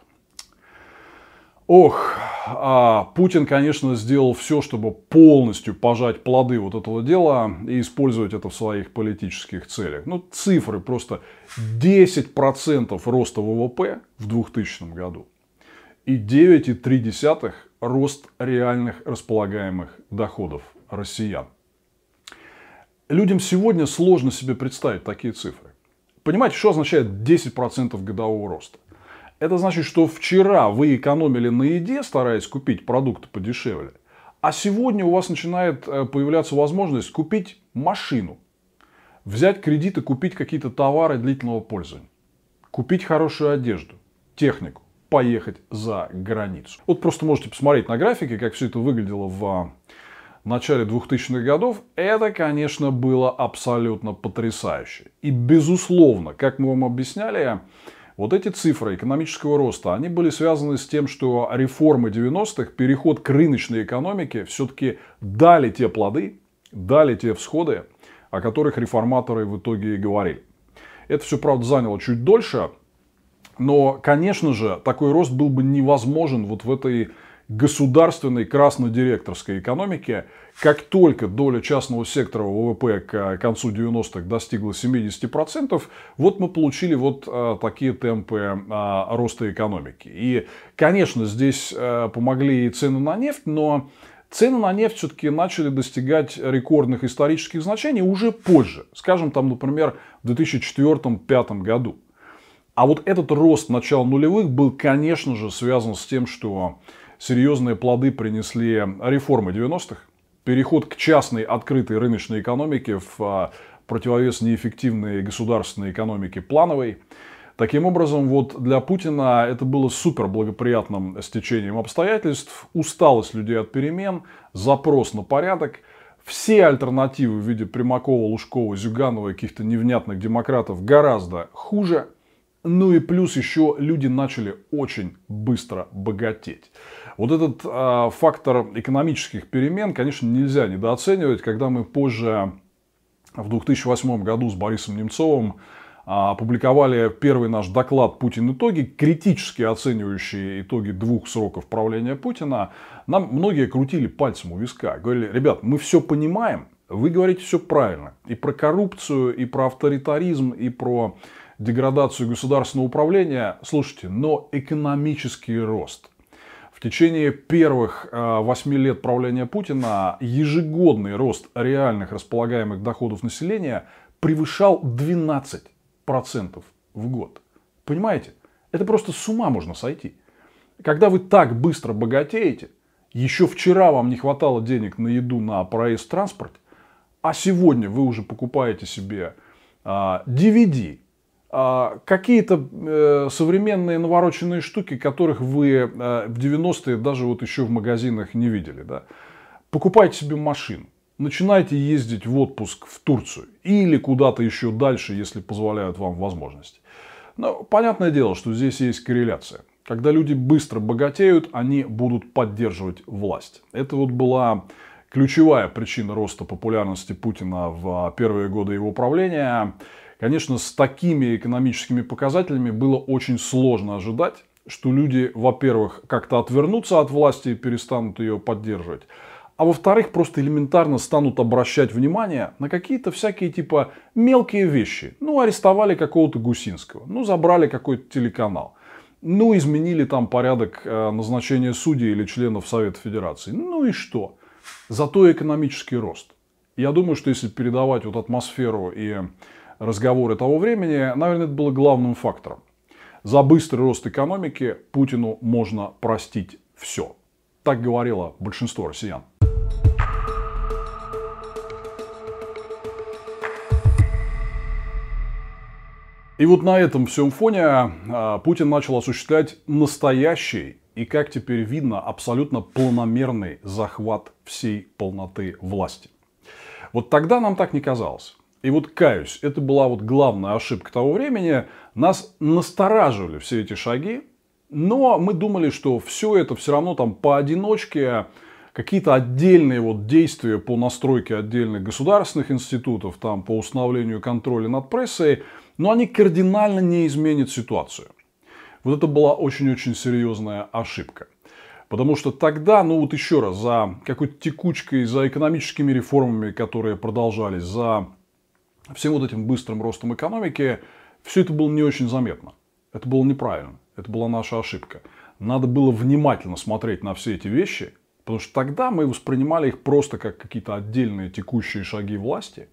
Ох, а Путин, конечно, сделал все, чтобы полностью пожать плоды вот этого дела и использовать это в своих политических целях. Ну, цифры просто: десять процентов роста ВВП в двухтысячном году. и девять целых три десятых рост реальных располагаемых доходов россиян. Людям сегодня сложно себе представить такие цифры. Понимаете, что означает десять процентов годового роста? Это значит, что вчера вы экономили на еде, стараясь купить продукты подешевле, а сегодня у вас начинает появляться возможность купить машину, взять кредит и купить какие-то товары длительного пользования, купить хорошую одежду, технику, поехать за границу. Вот просто можете посмотреть на графике, как все это выглядело в начале двухтысячных годов. Это, конечно, было абсолютно потрясающе. И, безусловно, как мы вам объясняли, вот эти цифры экономического роста, они были связаны с тем, что реформы девяностых, переход к рыночной экономике все-таки дали те плоды, дали те всходы, о которых реформаторы в итоге и говорили. Это все, правда, заняло чуть дольше, но, конечно же, такой рост был бы невозможен вот в этой государственной краснодиректорской экономике. Как только доля частного сектора ВВП к концу девяностых достигла семидесяти процентов, вот мы получили вот а, такие темпы а, роста экономики. И, конечно, здесь а, помогли и цены на нефть, но цены на нефть все-таки начали достигать рекордных исторических значений уже позже. Скажем, там, например, в две тысячи четвёртом — две тысячи пятом году. А вот этот рост начала нулевых был, конечно же, связан с тем, что серьезные плоды принесли реформы девяностых, переход к частной открытой рыночной экономике в противовес неэффективной государственной экономике плановой. Таким образом, вот для Путина это было супер благоприятным стечением обстоятельств, усталость людей от перемен, запрос на порядок. Все альтернативы в виде Примакова, Лужкова, Зюганова и каких-то невнятных демократов гораздо хуже. Ну и плюс еще люди начали очень быстро богатеть. Вот этот э, фактор экономических перемен, конечно, нельзя недооценивать. Когда мы позже, в две тысячи восьмом году с Борисом Немцовым, опубликовали первый наш доклад «Путин. Итоги», критически оценивающие итоги двух сроков правления Путина, нам многие крутили пальцем у виска. Говорили: ребят, мы все понимаем, вы говорите все правильно. И про коррупцию, и про авторитаризм, и про деградацию государственного управления. Слушайте, но экономический рост. В течение первых восьми лет правления Путина ежегодный рост реальных располагаемых доходов населения превышал двенадцать процентов в год. Понимаете? Это просто с ума можно сойти. Когда вы так быстро богатеете, еще вчера вам не хватало денег на еду, на проезд в транспорте, а сегодня вы уже покупаете себе а, ди ви ди, а, какие-то э, современные навороченные штуки, которых вы э, в девяностые даже вот еще в магазинах не видели. Да? Покупаете себе машину. Начинаете ездить в отпуск в Турцию или куда-то еще дальше, если позволяют вам возможности. Но понятное дело, что здесь есть корреляция. Когда люди быстро богатеют, они будут поддерживать власть. Это вот была ключевая причина роста популярности Путина в первые годы его правления. Конечно, с такими экономическими показателями было очень сложно ожидать, что люди, во-первых, как-то отвернутся от власти и перестанут ее поддерживать. А во-вторых, просто элементарно станут обращать внимание на какие-то всякие типа мелкие вещи. Ну, арестовали какого-то Гусинского, ну, забрали какой-то телеканал, ну, изменили там порядок назначения судей или членов Совета Федерации. Ну и что? Зато экономический рост. Я думаю, что если передавать вот атмосферу и разговоры того времени, наверное, это было главным фактором. За быстрый рост экономики Путину можно простить все. Так говорило большинство россиян. И вот на этом всем фоне Путин начал осуществлять настоящий и, как теперь видно, абсолютно планомерный захват всей полноты власти. Вот тогда нам так не казалось. И вот каюсь, это была вот главная ошибка того времени. Нас настораживали все эти шаги, но мы думали, что все это все равно там поодиночке, какие-то отдельные вот действия по настройке отдельных государственных институтов, там, по установлению контроля над прессой, но они кардинально не изменят ситуацию. Вот это была очень-очень серьезная ошибка. Потому что тогда, ну вот еще раз, за какой-то текучкой, за экономическими реформами, которые продолжались, за всем вот этим быстрым ростом экономики, все это было не очень заметно. Это было неправильно. Это была наша ошибка. надо было внимательно смотреть на все эти вещи, потому что тогда мы воспринимали их просто как какие-то отдельные текущие шаги власти.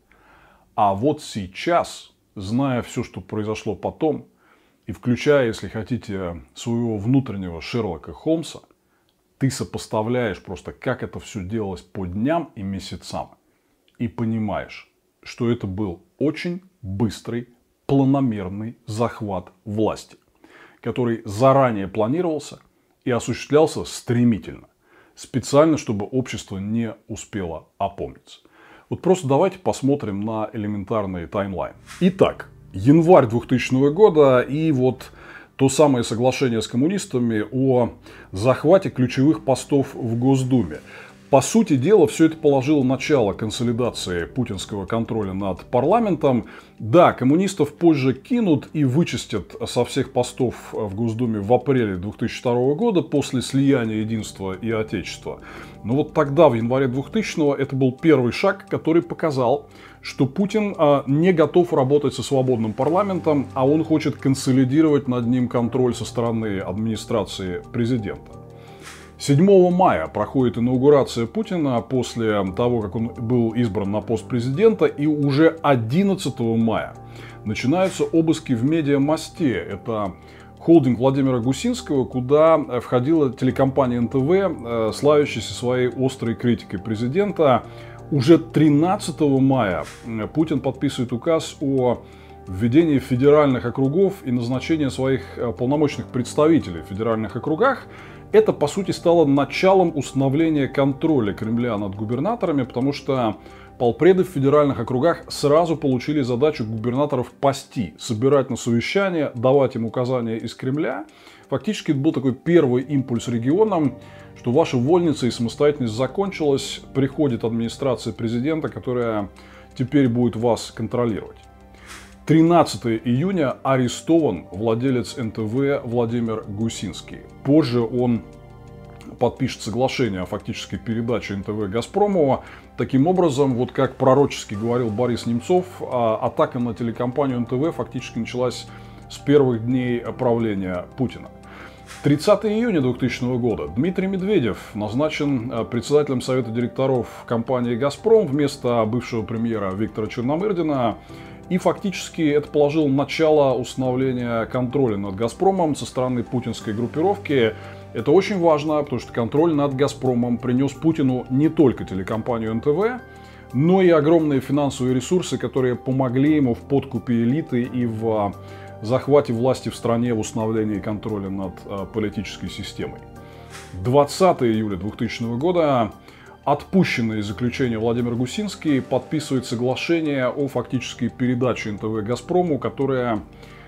А вот сейчас, зная все, что произошло потом, и включая, если хотите, своего внутреннего Шерлока Холмса, ты сопоставляешь просто, как это все делалось по дням и месяцам, и понимаешь, что это был очень быстрый, планомерный захват власти, который заранее планировался и осуществлялся стремительно, специально, чтобы общество не успело опомниться. Вот просто давайте посмотрим на элементарный таймлайн. Итак, январь двухтысячного года и вот то самое соглашение с коммунистами о захвате ключевых постов в Госдуме. По сути дела, все это положило начало консолидации путинского контроля над парламентом. Да, коммунистов позже кинут и вычистят со всех постов в Госдуме в апреле две тысячи второго года после слияния Единства и Отечества. Но вот тогда, в январе двухтысячного, это был первый шаг, который показал, что Путин а, не готов работать со свободным парламентом, а он хочет консолидировать над ним контроль со стороны администрации президента. седьмого мая проходит инаугурация Путина после того, как он был избран на пост президента, и уже одиннадцатого мая начинаются обыски в Медиамосте. Это холдинг Владимира Гусинского, куда входила телекомпания эн тэ вэ, славящаяся своей острой критикой президента. Уже тринадцатого мая Путин подписывает указ о введении федеральных округов и назначении своих полномочных представителей в федеральных округах. Это, по сути, стало началом установления контроля Кремля над губернаторами, потому что полпреды в федеральных округах сразу получили задачу губернаторов пасти, собирать на совещания, давать им указания из Кремля. Фактически это был такой первый импульс регионам, что ваша вольница и самостоятельность закончилась, приходит администрация президента, которая теперь будет вас контролировать. тринадцатого июня арестован владелец эн тэ вэ Владимир Гусинский. Позже он подпишет соглашение о фактической передаче эн тэ вэ Газпрому. Таким образом, вот как пророчески говорил Борис Немцов, атака на телекомпанию эн тэ вэ фактически началась с первых дней правления Путина. тридцатого июня двухтысячного года Дмитрий Медведев назначен председателем совета директоров компании «Газпром» вместо бывшего премьера Виктора Черномырдина. И фактически это положило начало установления контроля над «Газпромом» со стороны путинской группировки. Это очень важно, потому что контроль над «Газпромом» принес Путину не только телекомпанию эн тэ вэ, но и огромные финансовые ресурсы, которые помогли ему в подкупе элиты и в захвате власти в стране, в установлении контроля над политической системой. двадцатого июля двухтысячного года отпущенный из заключения Владимир Гусинский подписывает соглашение о фактической передаче эн тэ вэ «Газпрому», которая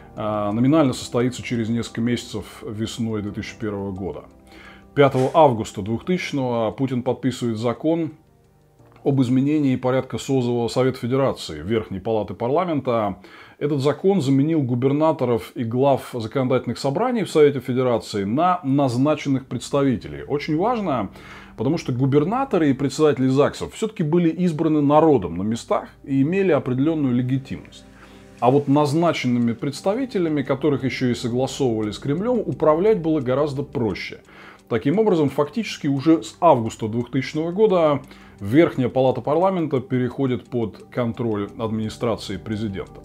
э, номинально состоится через несколько месяцев весной две тысячи первого года. пятого августа двухтысячного Путин подписывает закон об изменении порядка созыва Совета Федерации Верхней Палаты Парламента. Этот закон заменил губернаторов и глав законодательных собраний в Совете Федерации на назначенных представителей. Очень важно, потому что губернаторы и председатели ЗАГСов все-таки были избраны народом на местах и имели определенную легитимность. А вот назначенными представителями, которых еще и согласовывали с Кремлем, управлять было гораздо проще. Таким образом, фактически уже с августа двухтысячного года Верхняя Палата Парламента переходит под контроль администрации президента.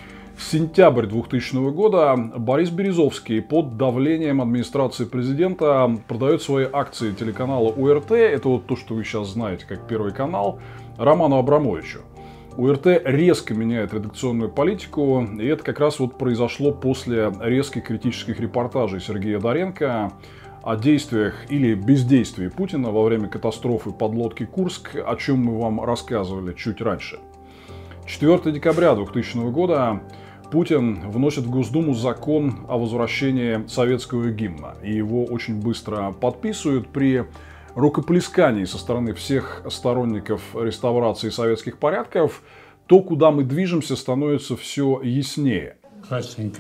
Сентябрь двухтысячного года Борис Березовский под давлением администрации президента продает свои акции телеканала о эр тэ, это вот то, что вы сейчас знаете как Первый канал, Роману Абрамовичу. о эр тэ резко меняет редакционную политику, и это как раз вот произошло после резких критических репортажей Сергея Доренко о действиях или бездействии Путина во время катастрофы подлодки «Курск», о чем мы вам рассказывали чуть раньше. четвёртого декабря двухтысячного года Путин вносит в Госдуму закон о возвращении советского гимна. И его очень быстро подписывают при рукоплескании со стороны всех сторонников реставрации советских порядков. То, куда мы движемся, становится все яснее.
Красненько.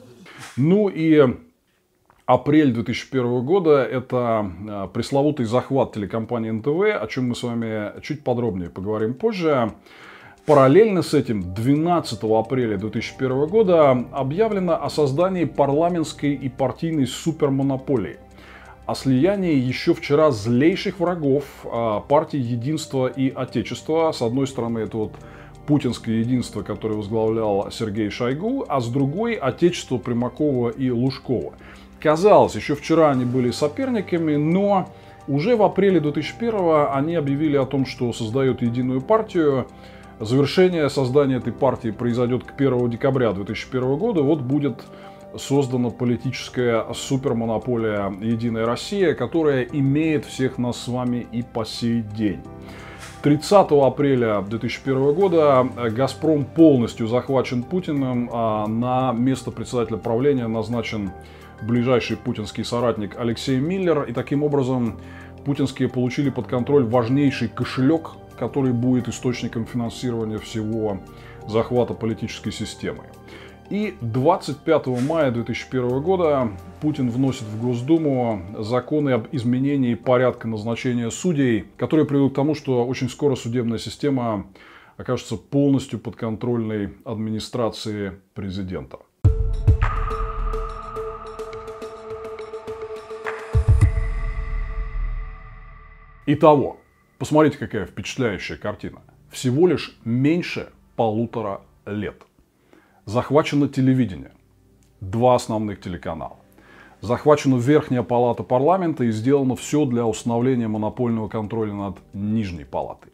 Ну и апрель две тысячи первого года – это пресловутый захват телекомпании эн тэ вэ, о чем мы с вами чуть подробнее поговорим позже. Параллельно с этим двенадцатого апреля две тысячи первого года объявлено о создании парламентской и партийной супермонополии. о слиянии еще вчера злейших врагов партии «Единство и Отечество». С одной стороны, это вот путинское единство, которое возглавлял Сергей Шойгу, а с другой — Отечество Примакова и Лужкова. Казалось, еще вчера они были соперниками, но уже в апреле две тысячи первого они объявили о том, что создают единую партию. Завершение создания этой партии произойдет к первому декабря две тысячи первого года. Вот будет создана политическая супермонополия «Единая Россия», которая имеет всех нас с вами и по сей день. тридцатого апреля две тысячи первого года «Газпром» полностью захвачен Путиным, а на место председателя правления назначен ближайший путинский соратник Алексей Миллер. И таким образом путинские получили под контроль важнейший кошелек, который будет источником финансирования всего захвата политической системы. И двадцать пятого мая две тысячи первого года Путин вносит в Госдуму законы об изменении порядка назначения судей, которые приведут к тому, что очень скоро судебная система окажется полностью подконтрольной администрации президента. Итого, посмотрите, какая впечатляющая картина. Всего лишь меньше полутора лет. Захвачено телевидение, два основных телеканала. Захвачена Верхняя палата парламента и сделано все для установления монопольного контроля над Нижней палатой.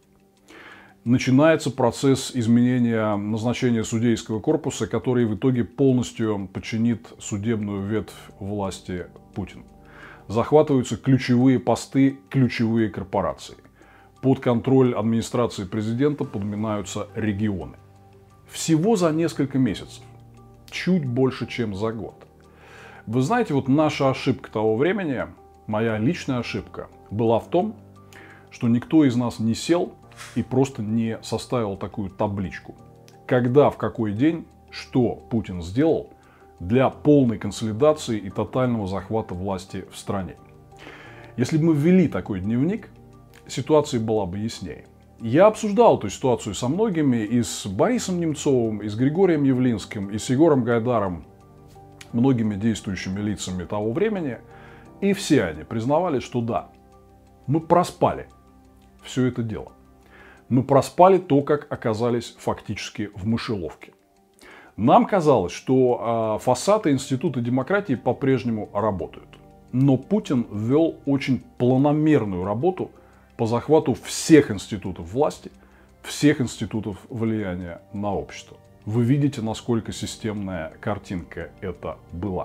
Начинается процесс изменения назначения судейского корпуса, который в итоге полностью подчинит судебную ветвь власти Путину. Захватываются ключевые посты, ключевые корпорации. Под контроль администрации президента подминаются регионы. Всего за несколько месяцев. Чуть больше, чем за год. Вы знаете, вот наша ошибка того времени, моя личная ошибка, была в том, что никто из нас не сел и просто не составил такую табличку. Когда, в какой день, что Путин сделал для полной консолидации и тотального захвата власти в стране. Если бы мы ввели такой дневник, ситуация была бы яснее. Я обсуждал эту ситуацию со многими, и с Борисом Немцовым, и с Григорием Явлинским, и с Егором Гайдаром, многими действующими лицами того времени, и все они признавали, что да, мы проспали все это дело. Мы проспали то, как оказались фактически в мышеловке. Нам казалось, что э, фасады Института демократии по-прежнему работают. Но Путин вел очень планомерную работу по захвату всех институтов власти, всех институтов влияния на общество. Вы видите, насколько системная картинка это была.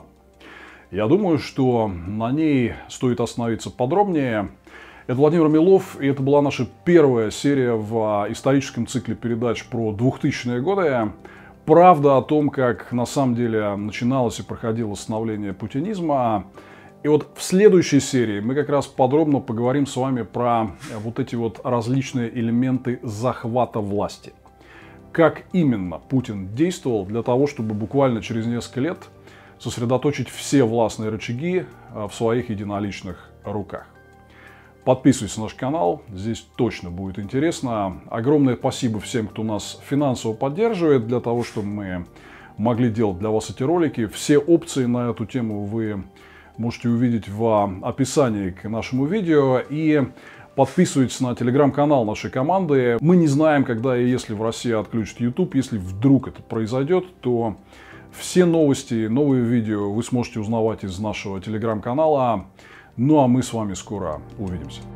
Я думаю, что на ней стоит остановиться подробнее. Это Владимир Милов, и это была наша первая серия в историческом цикле передач про двухтысячные годы. Правда о том, как на самом деле начиналось и проходило становление путинизма. И вот в следующей серии мы как раз подробно поговорим с вами про вот эти вот различные элементы захвата власти. Как именно Путин действовал для того, чтобы буквально через несколько лет сосредоточить все властные рычаги в своих единоличных руках. Подписывайтесь на наш канал, здесь точно будет интересно. Огромное спасибо всем, кто нас финансово поддерживает, для того, чтобы мы могли делать для вас эти ролики. Все опции на эту тему вы можете увидеть в описании к нашему видео. И подписывайтесь на телеграм-канал нашей команды. Мы не знаем, когда и если в России отключат YouTube. Если вдруг это произойдет, то все новости, новые видео вы сможете узнавать из нашего телеграм-канала. Ну а мы с вами скоро увидимся.